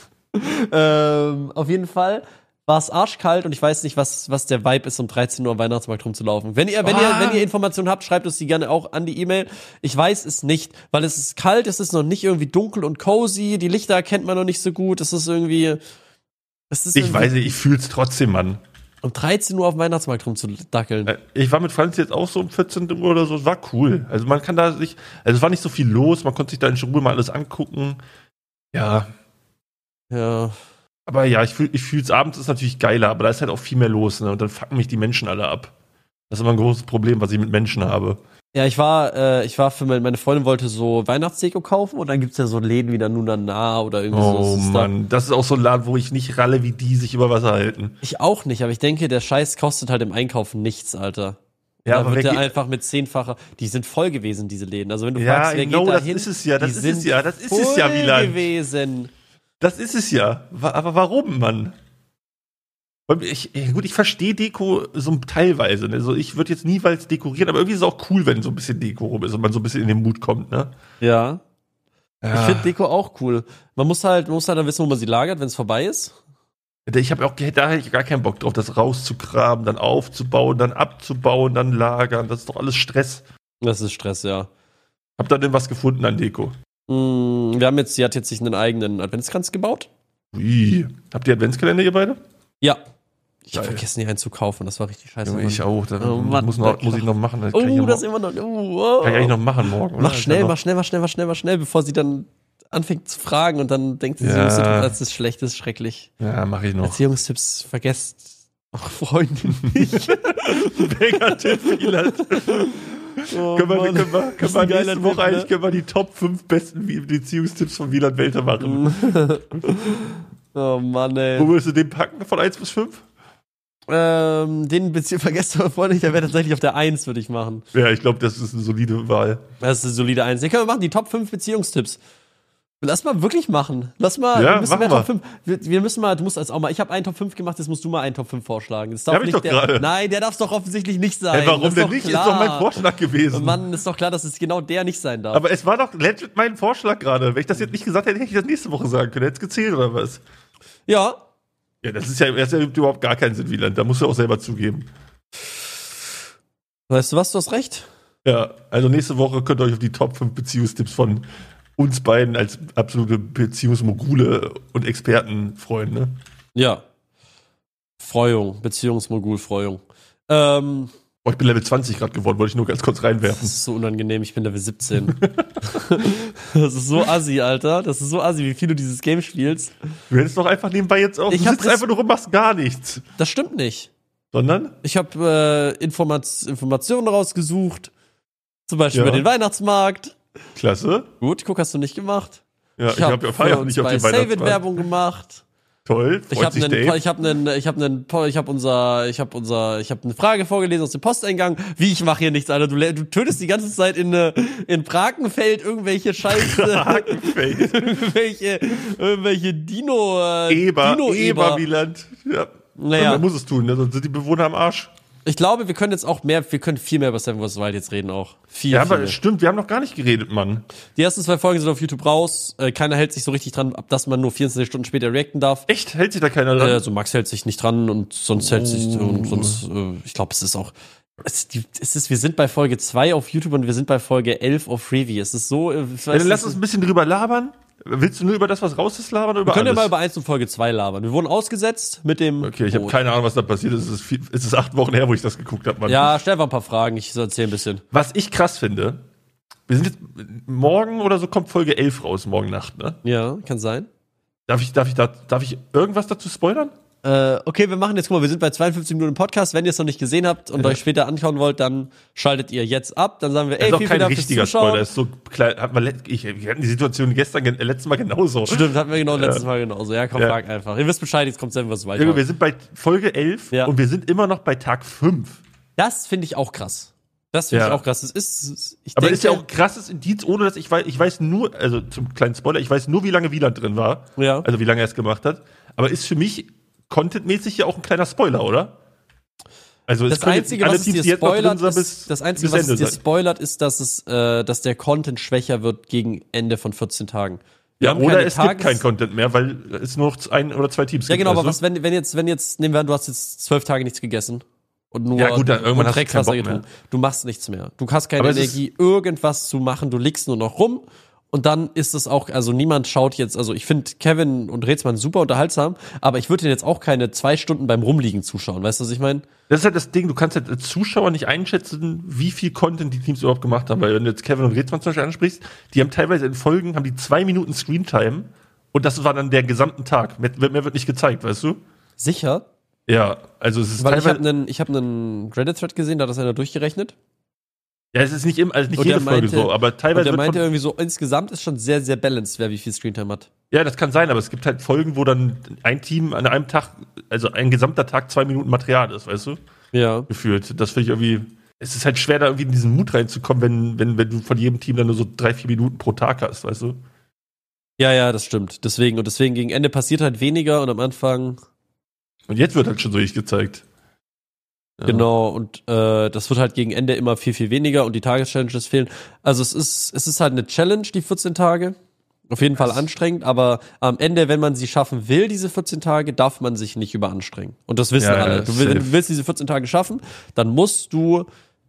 Ähm, auf jeden Fall war es arschkalt und ich weiß nicht, was, was der Vibe ist, um dreizehn Uhr am Weihnachtsmarkt rumzulaufen. Wenn ihr, wenn ihr, Ah. wenn ihr Informationen habt, schreibt uns die gerne auch an die E-Mail. Ich weiß es nicht, weil es ist kalt, es ist noch nicht irgendwie dunkel und cozy, die Lichter erkennt man noch nicht so gut, es ist irgendwie, es ist Ich irgendwie weiß nicht, ich fühl's trotzdem, Mann. um dreizehn Uhr auf dem Weihnachtsmarkt rumzudackeln. Äh, Ich war mit Franz jetzt auch so um vierzehn Uhr oder so, es war cool. Also man kann da sich, also es war nicht so viel los, man konnte sich da in Ruhe mal alles angucken. Ja, Ja. aber ja, ich fühl, ich fühl's abends ist natürlich geiler, aber da ist halt auch viel mehr los, ne? Und dann fucken mich die Menschen alle ab. Das ist immer ein großes Problem, was ich mit Menschen habe. Ja, ich war, äh, ich war für meine, meine Freundin wollte so Weihnachtsdeko kaufen und dann gibt's ja so Läden wie der Nuna Na oder irgendwie so. Oh Das ist da- Mann, das ist auch so ein Laden, wo ich nicht ralle, wie die sich über Wasser halten. Ich auch nicht, aber ich denke, der Scheiß kostet halt im Einkaufen nichts, Alter. Ja, da aber wird wer der geht- einfach mit zehnfacher. Die sind voll gewesen, diese Läden. Also wenn du Ja, fragst, wer genau, geht da das hin, ist es ja, das die ist es sind ja, das ist es ja, voll Wieland. gewesen. Das ist es ja. Wa- Aber warum, Mann? Und Ich, ich- gut, ich verstehe Deko so teilweise. Ne? So, ich würde jetzt niemals dekorieren, aber irgendwie ist es auch cool, wenn so ein bisschen Deko rum ist und man so ein bisschen in den Mut kommt. Ne? Ja. Ja. Ich finde Deko auch cool. Man muss halt, man muss halt dann wissen, wo man sie lagert, wenn es vorbei ist. Ich habe auch, da hätte ich gar keinen Bock drauf, das rauszugraben, dann aufzubauen, dann abzubauen, dann lagern. Das ist doch alles Stress. Das ist Stress, ja. Hab da denn was gefunden an Deko? Mm, wir haben jetzt, sie hat jetzt sich einen eigenen Adventskranz gebaut. Wie? Habt ihr Adventskalender, ihr beide? Ja. Ich habe Geil. vergessen, hier einen zu kaufen. Das war richtig scheiße. Junge, ich auch. Da Oh Mann, muss, noch, muss ich noch machen. Das kann ich Oh, noch- das ist immer noch. Oh, oh. kann ich eigentlich noch machen morgen. oder? Mach schnell, Kann mach schnell, mach schnell, mach schnell, mach schnell, bevor sie dann anfängt zu fragen und dann denkt sie, Ja. so, das ist schlecht, das ist schrecklich. noch- Ja, mach ich noch. Erziehungstipps vergesst. Ach, Freundin nicht. Mega-Tipp, Wieland. Oh, Können wir, Mann. können wir, Das können ist wir ein geiler nächste Woche Tipp, eigentlich ne? können wir die Top fünf besten Wie- Beziehungstipps von Wieland Welter machen. Oh Mann, Wo ey. würdest du den packen von eins bis fünf? Ähm, den Beziehung vergesst aber vorher nicht, der wäre tatsächlich auf der eins, würde ich machen. Ja, ich glaube, das ist eine solide Wahl. Das ist eine solide eins. Den können wir machen, die Top fünf Beziehungstipps. Lass mal wirklich machen. Lass mal, Ja, wir müssen machen mehr wir. Top fünf. Wir, wir müssen mal, du musst als auch mal, ich habe einen Top fünf gemacht, jetzt musst du mal einen Top fünf vorschlagen. Das darf Hab ich nicht doch der, gerade. Nein, der darf es doch offensichtlich nicht sein. Hey, warum Das denn doch nicht? Klar. Ist doch mein Vorschlag gewesen. Mann, ist doch klar, dass es genau der nicht sein darf. Aber es war doch legit mein Vorschlag gerade. Wenn ich das jetzt nicht gesagt hätte, hätte ich das nächste Woche sagen können. Hätte es gezählt oder was? ja, Ja, das ist ja, das ergibt überhaupt gar keinen Sinn, Wieland. Da musst du auch selber zugeben. weißt du was, du hast recht. Ja, also nächste Woche könnt ihr euch auf die Top fünf Beziehungstipps von uns beiden als absolute Beziehungsmogule und Experten freuen, ne? Ja. Freuung, Beziehungsmogul-Freuung. Ähm, Oh, ich bin Level zwanzig gerade geworden, wollte ich nur ganz kurz das reinwerfen. ist so unangenehm, ich bin Level siebzehn. Das ist so assi, Alter. Das ist so assi, wie viel du dieses Game spielst. Du hättest doch einfach nebenbei jetzt auch, Ich du hab sitzt Res- einfach nur rum, machst gar nichts. Das stimmt nicht. Sondern? Ich habe äh, Informat Informationen rausgesucht. Zum Beispiel Ja. über den Weihnachtsmarkt. Klasse. Gut, guck, hast du nicht gemacht. Ja, ich, hab ja für Feier uns nicht auf bei den Save It Weihnachtsmarkt. Werbung gemacht. Toll, Ich freut habe sich einen, Dave. ich habe einen, ich habe einen, ich habe unser, ich habe unser, ich habe eine Frage vorgelesen aus dem Posteingang. Wie, ich mache hier nichts, Alter. Du, lä- du tötest die ganze Zeit in äh, in Brakenfeld irgendwelche Scheiße, Hakenfeld. irgendwelche, irgendwelche Dino, äh, Eber, Dino Eber, Wieland. Ja. Naja. Man muss es tun, ne? Sonst sind die Bewohner am Arsch. Ich glaube, wir können jetzt auch mehr, wir können viel mehr über Seven vs. Wild jetzt reden auch. Viel, Ja, viel aber mehr. stimmt, wir haben noch gar nicht geredet, Mann. Die ersten zwei Folgen sind auf YouTube raus. Äh, keiner hält sich so richtig dran, ab dass man nur vierundzwanzig Stunden später reacten darf. Echt? Hält sich da keiner dran? Äh, also Max hält sich nicht dran und sonst hält sich, Oh. und sonst, äh, ich glaube, es ist auch, es, die, es ist, wir sind bei Folge zwei auf YouTube und wir sind bei Folge elf auf Freevee. Es ist so, äh, ich ja, weiß dann lass nicht, uns ein bisschen drüber labern. Willst du nur über das, was raus ist, labern oder über wir können ja alles? mal über eins und Folge zwei labern. Wir wurden ausgesetzt mit dem. Okay, ich habe Oh. keine Ahnung, was da passiert ist. Es ist, viel, es ist acht Wochen her, wo ich das geguckt habe, Mann. Ja, stell einfach ein paar Fragen, ich erzähle ein bisschen. Was ich krass finde, wir sind jetzt, morgen oder so kommt Folge elf raus, morgen Nacht, ne? Ja, kann sein. Darf ich, darf ich, da, darf ich irgendwas dazu spoilern? Äh, okay, wir machen jetzt, guck mal, wir sind bei zweiundfünfzig Minuten Podcast. Wenn ihr es noch nicht gesehen habt und Ja. euch später anschauen wollt, dann schaltet ihr jetzt ab. Dann sagen wir, Das ey, ist auch viel kein Dank fürs richtiger Zuschauen. Spoiler, ist so klein. Hat man, let- ich, wir hatten die Situation gestern, gen- äh, letztes Mal genauso. Stimmt, hatten wir genau Ja. letztes Mal genauso. Ja, komm, Ja. frag einfach. Ihr wisst Bescheid, jetzt kommt Seven vs. Wild. Junge, wir sind bei Folge elf Ja. und wir sind immer noch bei Tag fünf. Das finde ich auch krass. Das finde Ja. ich auch krass. Das ist, ich Aber denke, ist ja auch ein krasses Indiz, ohne dass ich weiß, ich weiß nur, also zum kleinen Spoiler, ich weiß nur, wie lange Wieland drin war. Ja. Also wie lange er es gemacht hat. Aber ist für mich contentmäßig ja auch ein kleiner Spoiler, oder? Also es Das Einzige, was es dir spoilert, ist, ist, das Einzige, was es dir spoilert, ist, dass es, äh, dass der Content schwächer wird gegen Ende von vierzehn Tagen. Wir ja, oder es Tages- gibt kein Content mehr, weil es nur noch ein oder zwei Teams ja, gibt. Ja, genau, aber was, wenn, wenn jetzt, wenn jetzt, nehmen wir an, du hast jetzt zwölf Tage nichts gegessen und nur ja, gut, dann irgendwann hast du keinen Bock getrunken. Du machst nichts mehr. Du hast keine aber Energie, irgendwas zu machen, du liegst nur noch rum. Und dann ist es auch, also niemand schaut jetzt, also ich finde Kevin und Rätsmann super unterhaltsam, aber ich würde jetzt auch keine zwei Stunden beim Rumliegen zuschauen, weißt du, was ich meine? Das ist halt das Ding, du kannst halt als Zuschauer nicht einschätzen, wie viel Content die Teams überhaupt gemacht haben, weil wenn du jetzt Kevin und Rätsmann zum Beispiel ansprichst, die haben teilweise in Folgen, haben die zwei Minuten Screentime und das war dann der gesamten Tag, mehr, mehr wird nicht gezeigt, weißt du? Sicher? Ja, also es ist weil teilweise... ich habe einen ich hab einen Reddit-Thread gesehen, da hat das einer durchgerechnet. Ja, es ist nicht immer, also nicht jede Folge meinte, so, aber teilweise. Und der meinte irgendwie so, insgesamt ist schon sehr, sehr balanced, wer wie viel Screentime hat. Ja, das kann sein, aber es gibt halt Folgen, wo dann ein Team an einem Tag, also ein gesamter Tag zwei Minuten Material ist, weißt du? Ja. Gefühlt. Das finde ich irgendwie, es ist halt schwer, da irgendwie in diesen Mut reinzukommen, wenn, wenn, wenn du von jedem Team dann nur so drei, vier Minuten pro Tag hast, weißt du? Ja, ja, das stimmt. Deswegen, und deswegen gegen Ende passiert halt weniger und am Anfang. Und jetzt wird halt schon so richtig gezeigt. Ja. Genau, und äh, das wird halt gegen Ende immer viel, viel weniger und die Tageschallenges fehlen. Also es ist, es ist halt eine Challenge, die vierzehn Tage. Auf jeden Fall anstrengend, aber am Ende, wenn man sie schaffen will, diese vierzehn Tage, darf man sich nicht überanstrengen. Und das wissen ja, alle. Ja, du, wenn du willst diese vierzehn Tage schaffen, dann musst du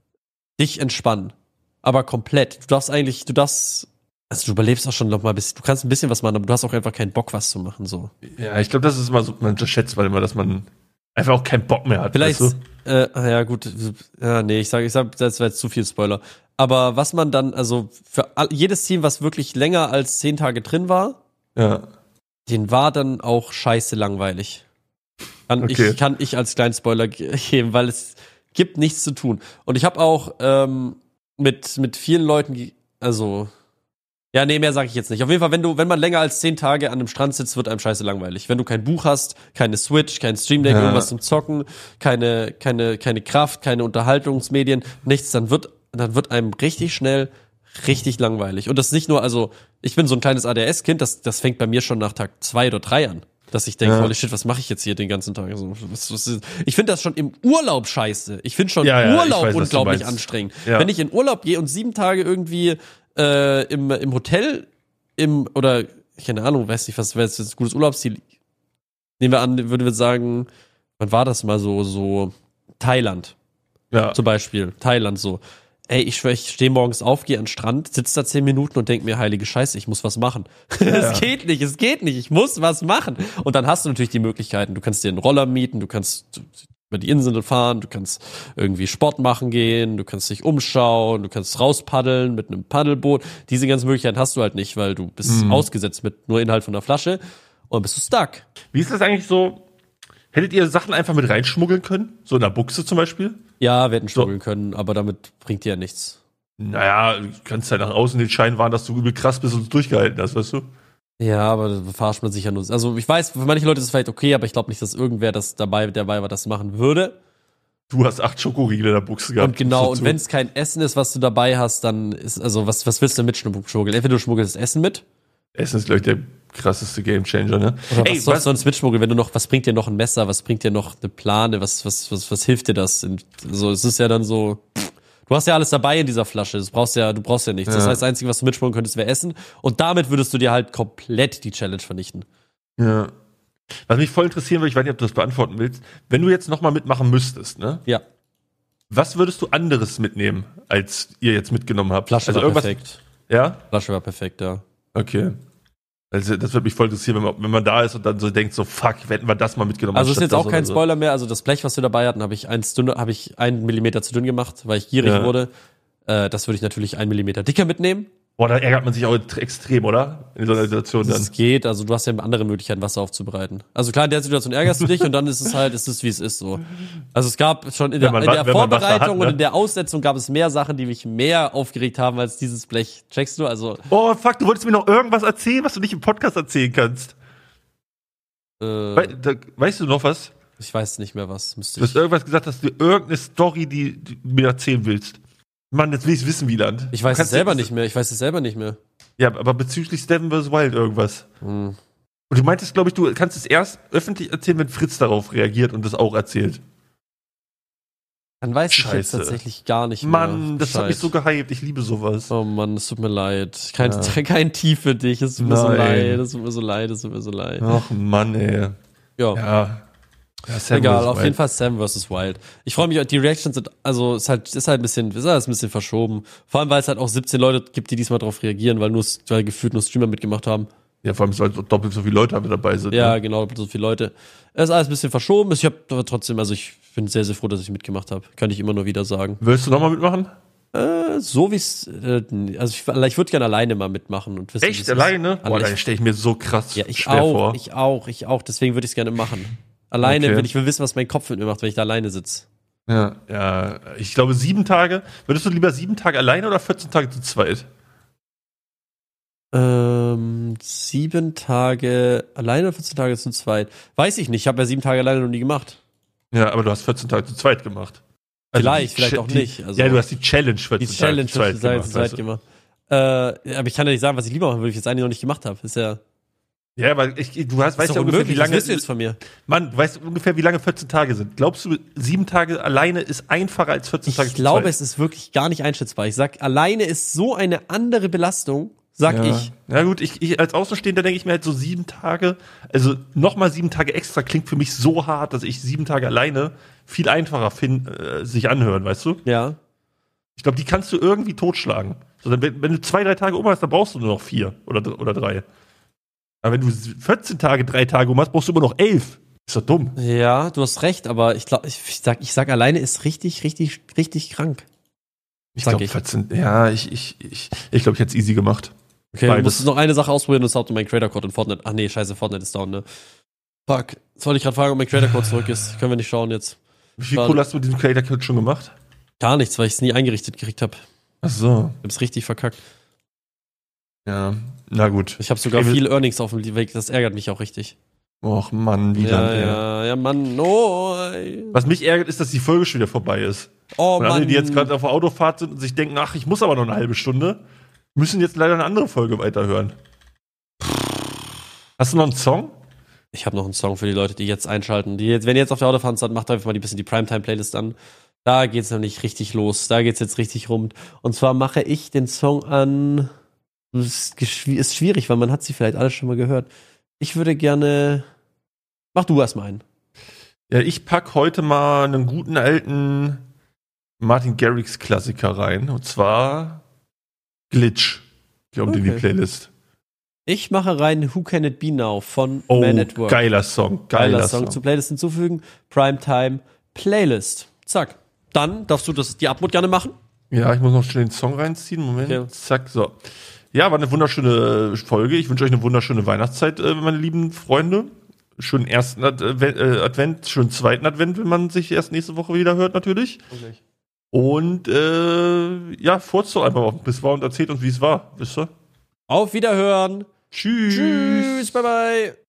dich entspannen. Aber komplett. Du darfst eigentlich, du darfst, also du überlebst auch schon noch mal ein bisschen, du kannst ein bisschen was machen, aber du hast auch einfach keinen Bock, was zu machen, so. Ja, ich glaube, das ist immer so, man unterschätzt mal immer, dass man einfach auch keinen Bock mehr hat. Vielleicht, weißt du? äh, ja gut, ja, nee, ich sage, ich sag, das war jetzt zu viel Spoiler. Aber was man dann, also für all, jedes Team, was wirklich länger als zehn Tage drin war, ja. den war dann auch scheiße langweilig. Kann, okay. ich, kann ich als kleinen Spoiler geben, weil es gibt nichts zu tun. Und ich habe auch ähm, mit, mit vielen Leuten, also ja, nee, mehr sage ich jetzt nicht. Auf jeden Fall, wenn du, wenn man länger als zehn Tage an einem Strand sitzt, wird einem scheiße langweilig. Wenn du kein Buch hast, keine Switch, kein Stream Deck, ja. irgendwas zum Zocken, keine, keine, keine Kraft, keine Unterhaltungsmedien, nichts, dann wird, dann wird einem richtig schnell richtig langweilig. Und das nicht nur, also, ich bin so ein kleines A D S-Kind, das, das fängt bei mir schon nach Tag zwei oder drei an. Dass ich denke, ja. holy shit, was mache ich jetzt hier den ganzen Tag? Also, was, was ist, ich finde das schon im Urlaub scheiße. Ich finde schon ja, ja, Urlaub weiß, unglaublich anstrengend. Ja. Wenn ich in Urlaub gehe und sieben Tage irgendwie äh, im, im Hotel, im, oder, keine Ahnung, weiß nicht, was wäre jetzt ein gutes Urlaubsziel? Nehmen wir an, würden wir sagen, wann war das mal so, so Thailand. Ja. Zum Beispiel. Thailand so. Ey, ich schwör, ich stehe morgens auf, gehe an den Strand, sitze da zehn Minuten und denk mir, heilige Scheiße, ich muss was machen. Es Ja. geht nicht, es geht nicht, ich muss was machen. Und dann hast du natürlich die Möglichkeiten. Du kannst dir einen Roller mieten, du kannst über die Insel fahren, du kannst irgendwie Sport machen gehen, du kannst dich umschauen, du kannst rauspaddeln mit einem Paddelboot. Diese ganzen Möglichkeiten hast du halt nicht, weil du bist Mhm. ausgesetzt mit nur Inhalt von der Flasche und bist du stuck. Wie ist das eigentlich so? Hättet ihr Sachen einfach mit reinschmuggeln können? So in der Buchse zum Beispiel? Ja, wir hätten So. schmuggeln können, aber damit bringt dir ja nichts. Naja, du kannst halt nach außen den Schein wahren, dass du übel krass bist und es durchgehalten hast, weißt du? Ja, aber da verarscht man sich ja nur. Also ich weiß, für manche Leute ist es vielleicht okay, aber ich glaube nicht, dass irgendwer das dabei, der dabei war, das machen würde. Du hast acht Schokoriegel in der Buchse gehabt. Und genau, So und zu- wenn es kein Essen ist, was du dabei hast, dann ist, also was, was willst du mitschmuggeln? Entweder du schmuggelst Essen mit, Essen ist, glaube ich, der krasseste Gamechanger, ne? oder Ey, was sollst du sonst mitschmuggeln, wenn du noch, was bringt dir noch ein Messer, was bringt dir noch eine Plane, was, was, was, was hilft dir das? Und so, es ist ja dann so, pff, du hast ja alles dabei in dieser Flasche, du brauchst ja, du brauchst ja nichts. Das Ja. heißt, das Einzige, was du mitschmuggeln könntest, wäre Essen. Und damit würdest du dir halt komplett die Challenge vernichten. Ja. Was mich voll interessieren würde, ich weiß nicht, ob du das beantworten willst, wenn du jetzt nochmal mitmachen müsstest, ne? Ja, Was würdest du anderes mitnehmen, als ihr jetzt mitgenommen habt? Flasche also war irgendwas. perfekt. Ja? Flasche war perfekt, ja. Okay. Also das würde mich voll interessieren, wenn man, wenn man da ist und dann so denkt, so fuck, hätten wir das mal mitgenommen. Also ist anstatt jetzt auch das kein oder so. Spoiler mehr. Also das Blech, was wir dabei hatten, habe ich eins dünner, habe ich einen Millimeter zu dünn gemacht, weil ich gierig Ja. wurde. Äh, das würde ich natürlich einen Millimeter dicker mitnehmen. Boah, da ärgert man sich auch extrem, oder? In so einer Situation dann. Das geht. Also du hast ja andere Möglichkeiten, Wasser aufzubereiten. Also klar, in der Situation ärgerst du dich und dann ist es halt, ist es wie es ist so. Also es gab schon in der, Wenn man in wa- der wenn man Wasser Vorbereitung hat, ne? und in der Aussetzung gab es mehr Sachen, die mich mehr aufgeregt haben als dieses Blech. Checkst du? Also Oh fuck, du wolltest mir noch irgendwas erzählen, was du nicht im Podcast erzählen kannst. äh, We da, weißt du noch was? ich weiß nicht mehr was. Müsste Du hast ich. irgendwas gesagt, dass du irgendeine Story, die, die du mir erzählen willst. Mann, jetzt will ich's wissen, Wieland. Ich weiß Du es kannst selber jetzt- nicht mehr. Ich weiß es selber nicht mehr. Ja, aber bezüglich Steven versus Wild irgendwas. Hm. Und du meintest, glaube ich, du kannst es erst öffentlich erzählen, wenn Fritz darauf reagiert und das auch erzählt. Dann weiß Scheiße. ich jetzt tatsächlich gar nicht mehr. Mann, das Bescheid. hat mich so gehypt. Ich liebe sowas. Oh Mann, es tut mir leid. Kein, Ja. kein Tief für dich. Es tut mir so Nein. leid. Es tut mir so leid. Es tut mir so leid. Ach Mann, ey. Ja. Ja. ja Sam Egal, versus. auf Wild. jeden Fall Sam versus Wild. Ich freue mich, die Reactions sind, also ist halt, ist halt ein bisschen, ist halt ein bisschen verschoben. Vor allem, weil es halt auch siebzehn Leute gibt, die diesmal drauf reagieren, weil nur, weil gefühlt nur Streamer mitgemacht haben. Ja, vor allem, weil so doppelt so viele Leute mit dabei sind. Ja, Ne? genau, so viele Leute. Es ist alles ein bisschen verschoben. Ich habe aber trotzdem, also ich bin sehr, sehr froh, dass ich mitgemacht habe. Kann ich immer nur wieder sagen. Willst du nochmal mitmachen? Äh, so wie es, äh, also ich, ich würde gerne alleine mal mitmachen und wissen, Echt? wie's Alleine? ist. Boah, Alle- dann stelle ich mir so krass Ja, ich schwer auch, vor. ich auch, ich auch. Deswegen würde ich es gerne machen. Alleine, Okay. wenn ich will wissen, was mein Kopf mit mir macht, wenn ich da alleine sitze. Ja, ja, ich glaube sieben Tage. Würdest du lieber sieben Tage alleine oder vierzehn Tage zu zweit? Ähm, sieben Tage alleine oder vierzehn Tage zu zweit? Weiß ich nicht. Ich habe ja sieben Tage alleine noch nie gemacht. Ja, aber du hast vierzehn Tage zu zweit gemacht. Also Vielleicht, die vielleicht Cha- auch die, nicht. Also ja, du hast die Challenge vierzehn die Challenge Tage für zu zweit zu gemacht. zweit weißt du? gemacht. Äh, aber ich kann ja nicht sagen, was ich lieber machen würde, weil ich jetzt eigentlich noch nicht gemacht habe. Ist ja, Ja, weil ich, du hast, ist weißt doch ja ungefähr, unmöglich. wie lange. Das wisst ihr jetzt von mir. Mann, du weißt ungefähr, wie lange vierzehn Tage sind. Glaubst du, sieben Tage alleine ist einfacher als vierzehn Tage Ich zu glaube, zweit? es ist wirklich gar nicht einschätzbar. Ich sag, alleine ist so eine andere Belastung, sag ja. ich. Ja gut, ich, ich als Außenstehender denke ich mir halt so sieben Tage, also nochmal sieben Tage extra klingt für mich so hart, dass ich sieben Tage alleine viel einfacher find, äh, sich anhören, weißt du? Ja. Ich glaube, die kannst du irgendwie totschlagen. So, dann, wenn, wenn du zwei, drei Tage um hast, dann brauchst du nur noch vier oder, oder drei. Aber wenn du vierzehn Tage, drei Tage um hast, brauchst du immer noch elf. Ist doch dumm. Ja, du hast recht, aber ich glaube, ich sag, ich sag, alleine ist richtig, richtig, richtig krank. Ich Sag glaube, ich. vierzehn, ja, ich, ich, ich, ich glaube, ich hätte es easy gemacht. Okay, Beides. du musst noch eine Sache ausprobieren, das ist mein Creator Code in Fortnite. Ach nee, scheiße, Fortnite ist down, ne? Fuck. Jetzt wollte ich gerade fragen, ob mein Creator Code zurück ist. Können wir nicht schauen jetzt. Wie viel Schade. Kohle hast du mit diesem Creator Code schon gemacht? Gar nichts, weil ich es nie eingerichtet gekriegt habe. Ach so. Ich hab's richtig verkackt. Ja, na gut. Ich habe sogar Okay, viel Earnings auf dem Weg, das ärgert mich auch richtig. Och Mann, wie Ja, dann, ey. ja, ja, Mann, oh, ey. Was mich ärgert, ist, dass die Folge schon wieder vorbei ist. Oh, Und alle, Mann. die jetzt gerade auf der Autofahrt sind und sich denken, ach, ich muss aber noch eine halbe Stunde, müssen jetzt leider eine andere Folge weiterhören. Hast du noch einen Song? Ich habe noch einen Song für die Leute, die jetzt einschalten. Die jetzt, wenn ihr jetzt auf der Autofahrt seid, macht einfach mal die bisschen die Primetime-Playlist an. Da geht's nämlich richtig los. Da geht's jetzt richtig rum. Und zwar mache ich den Song an. Das ist, geschw- ist schwierig, weil man hat sie vielleicht alle schon mal gehört. Ich würde gerne. Mach du erst mal einen. Ja, ich pack heute mal einen guten alten Martin Garrix Klassiker rein. Und zwar Glitch. Kommt in die Okay. Playlist. Ich mache rein Who Can It Be Now von Oh, Man at Work. geiler Song. Geiler, Geiler Song. Song. Zur Playlist hinzufügen. Primetime Playlist. Zack. Dann darfst du das, die Abmod gerne machen. Ja, ich muss noch schnell den Song reinziehen. Moment. Okay. Zack, so. Ja, war eine wunderschöne Folge. Ich wünsche euch eine wunderschöne Weihnachtszeit, äh, meine lieben Freunde. Schönen ersten Advent, äh, Advent, schönen zweiten Advent, wenn man sich erst nächste Woche wieder hört, natürlich. Und äh, ja, furzt doch einfach auf bis war und erzählt uns, wie es war. Wisst ihr? Auf Wiederhören. Tschüss. Tschüss. Bye bye.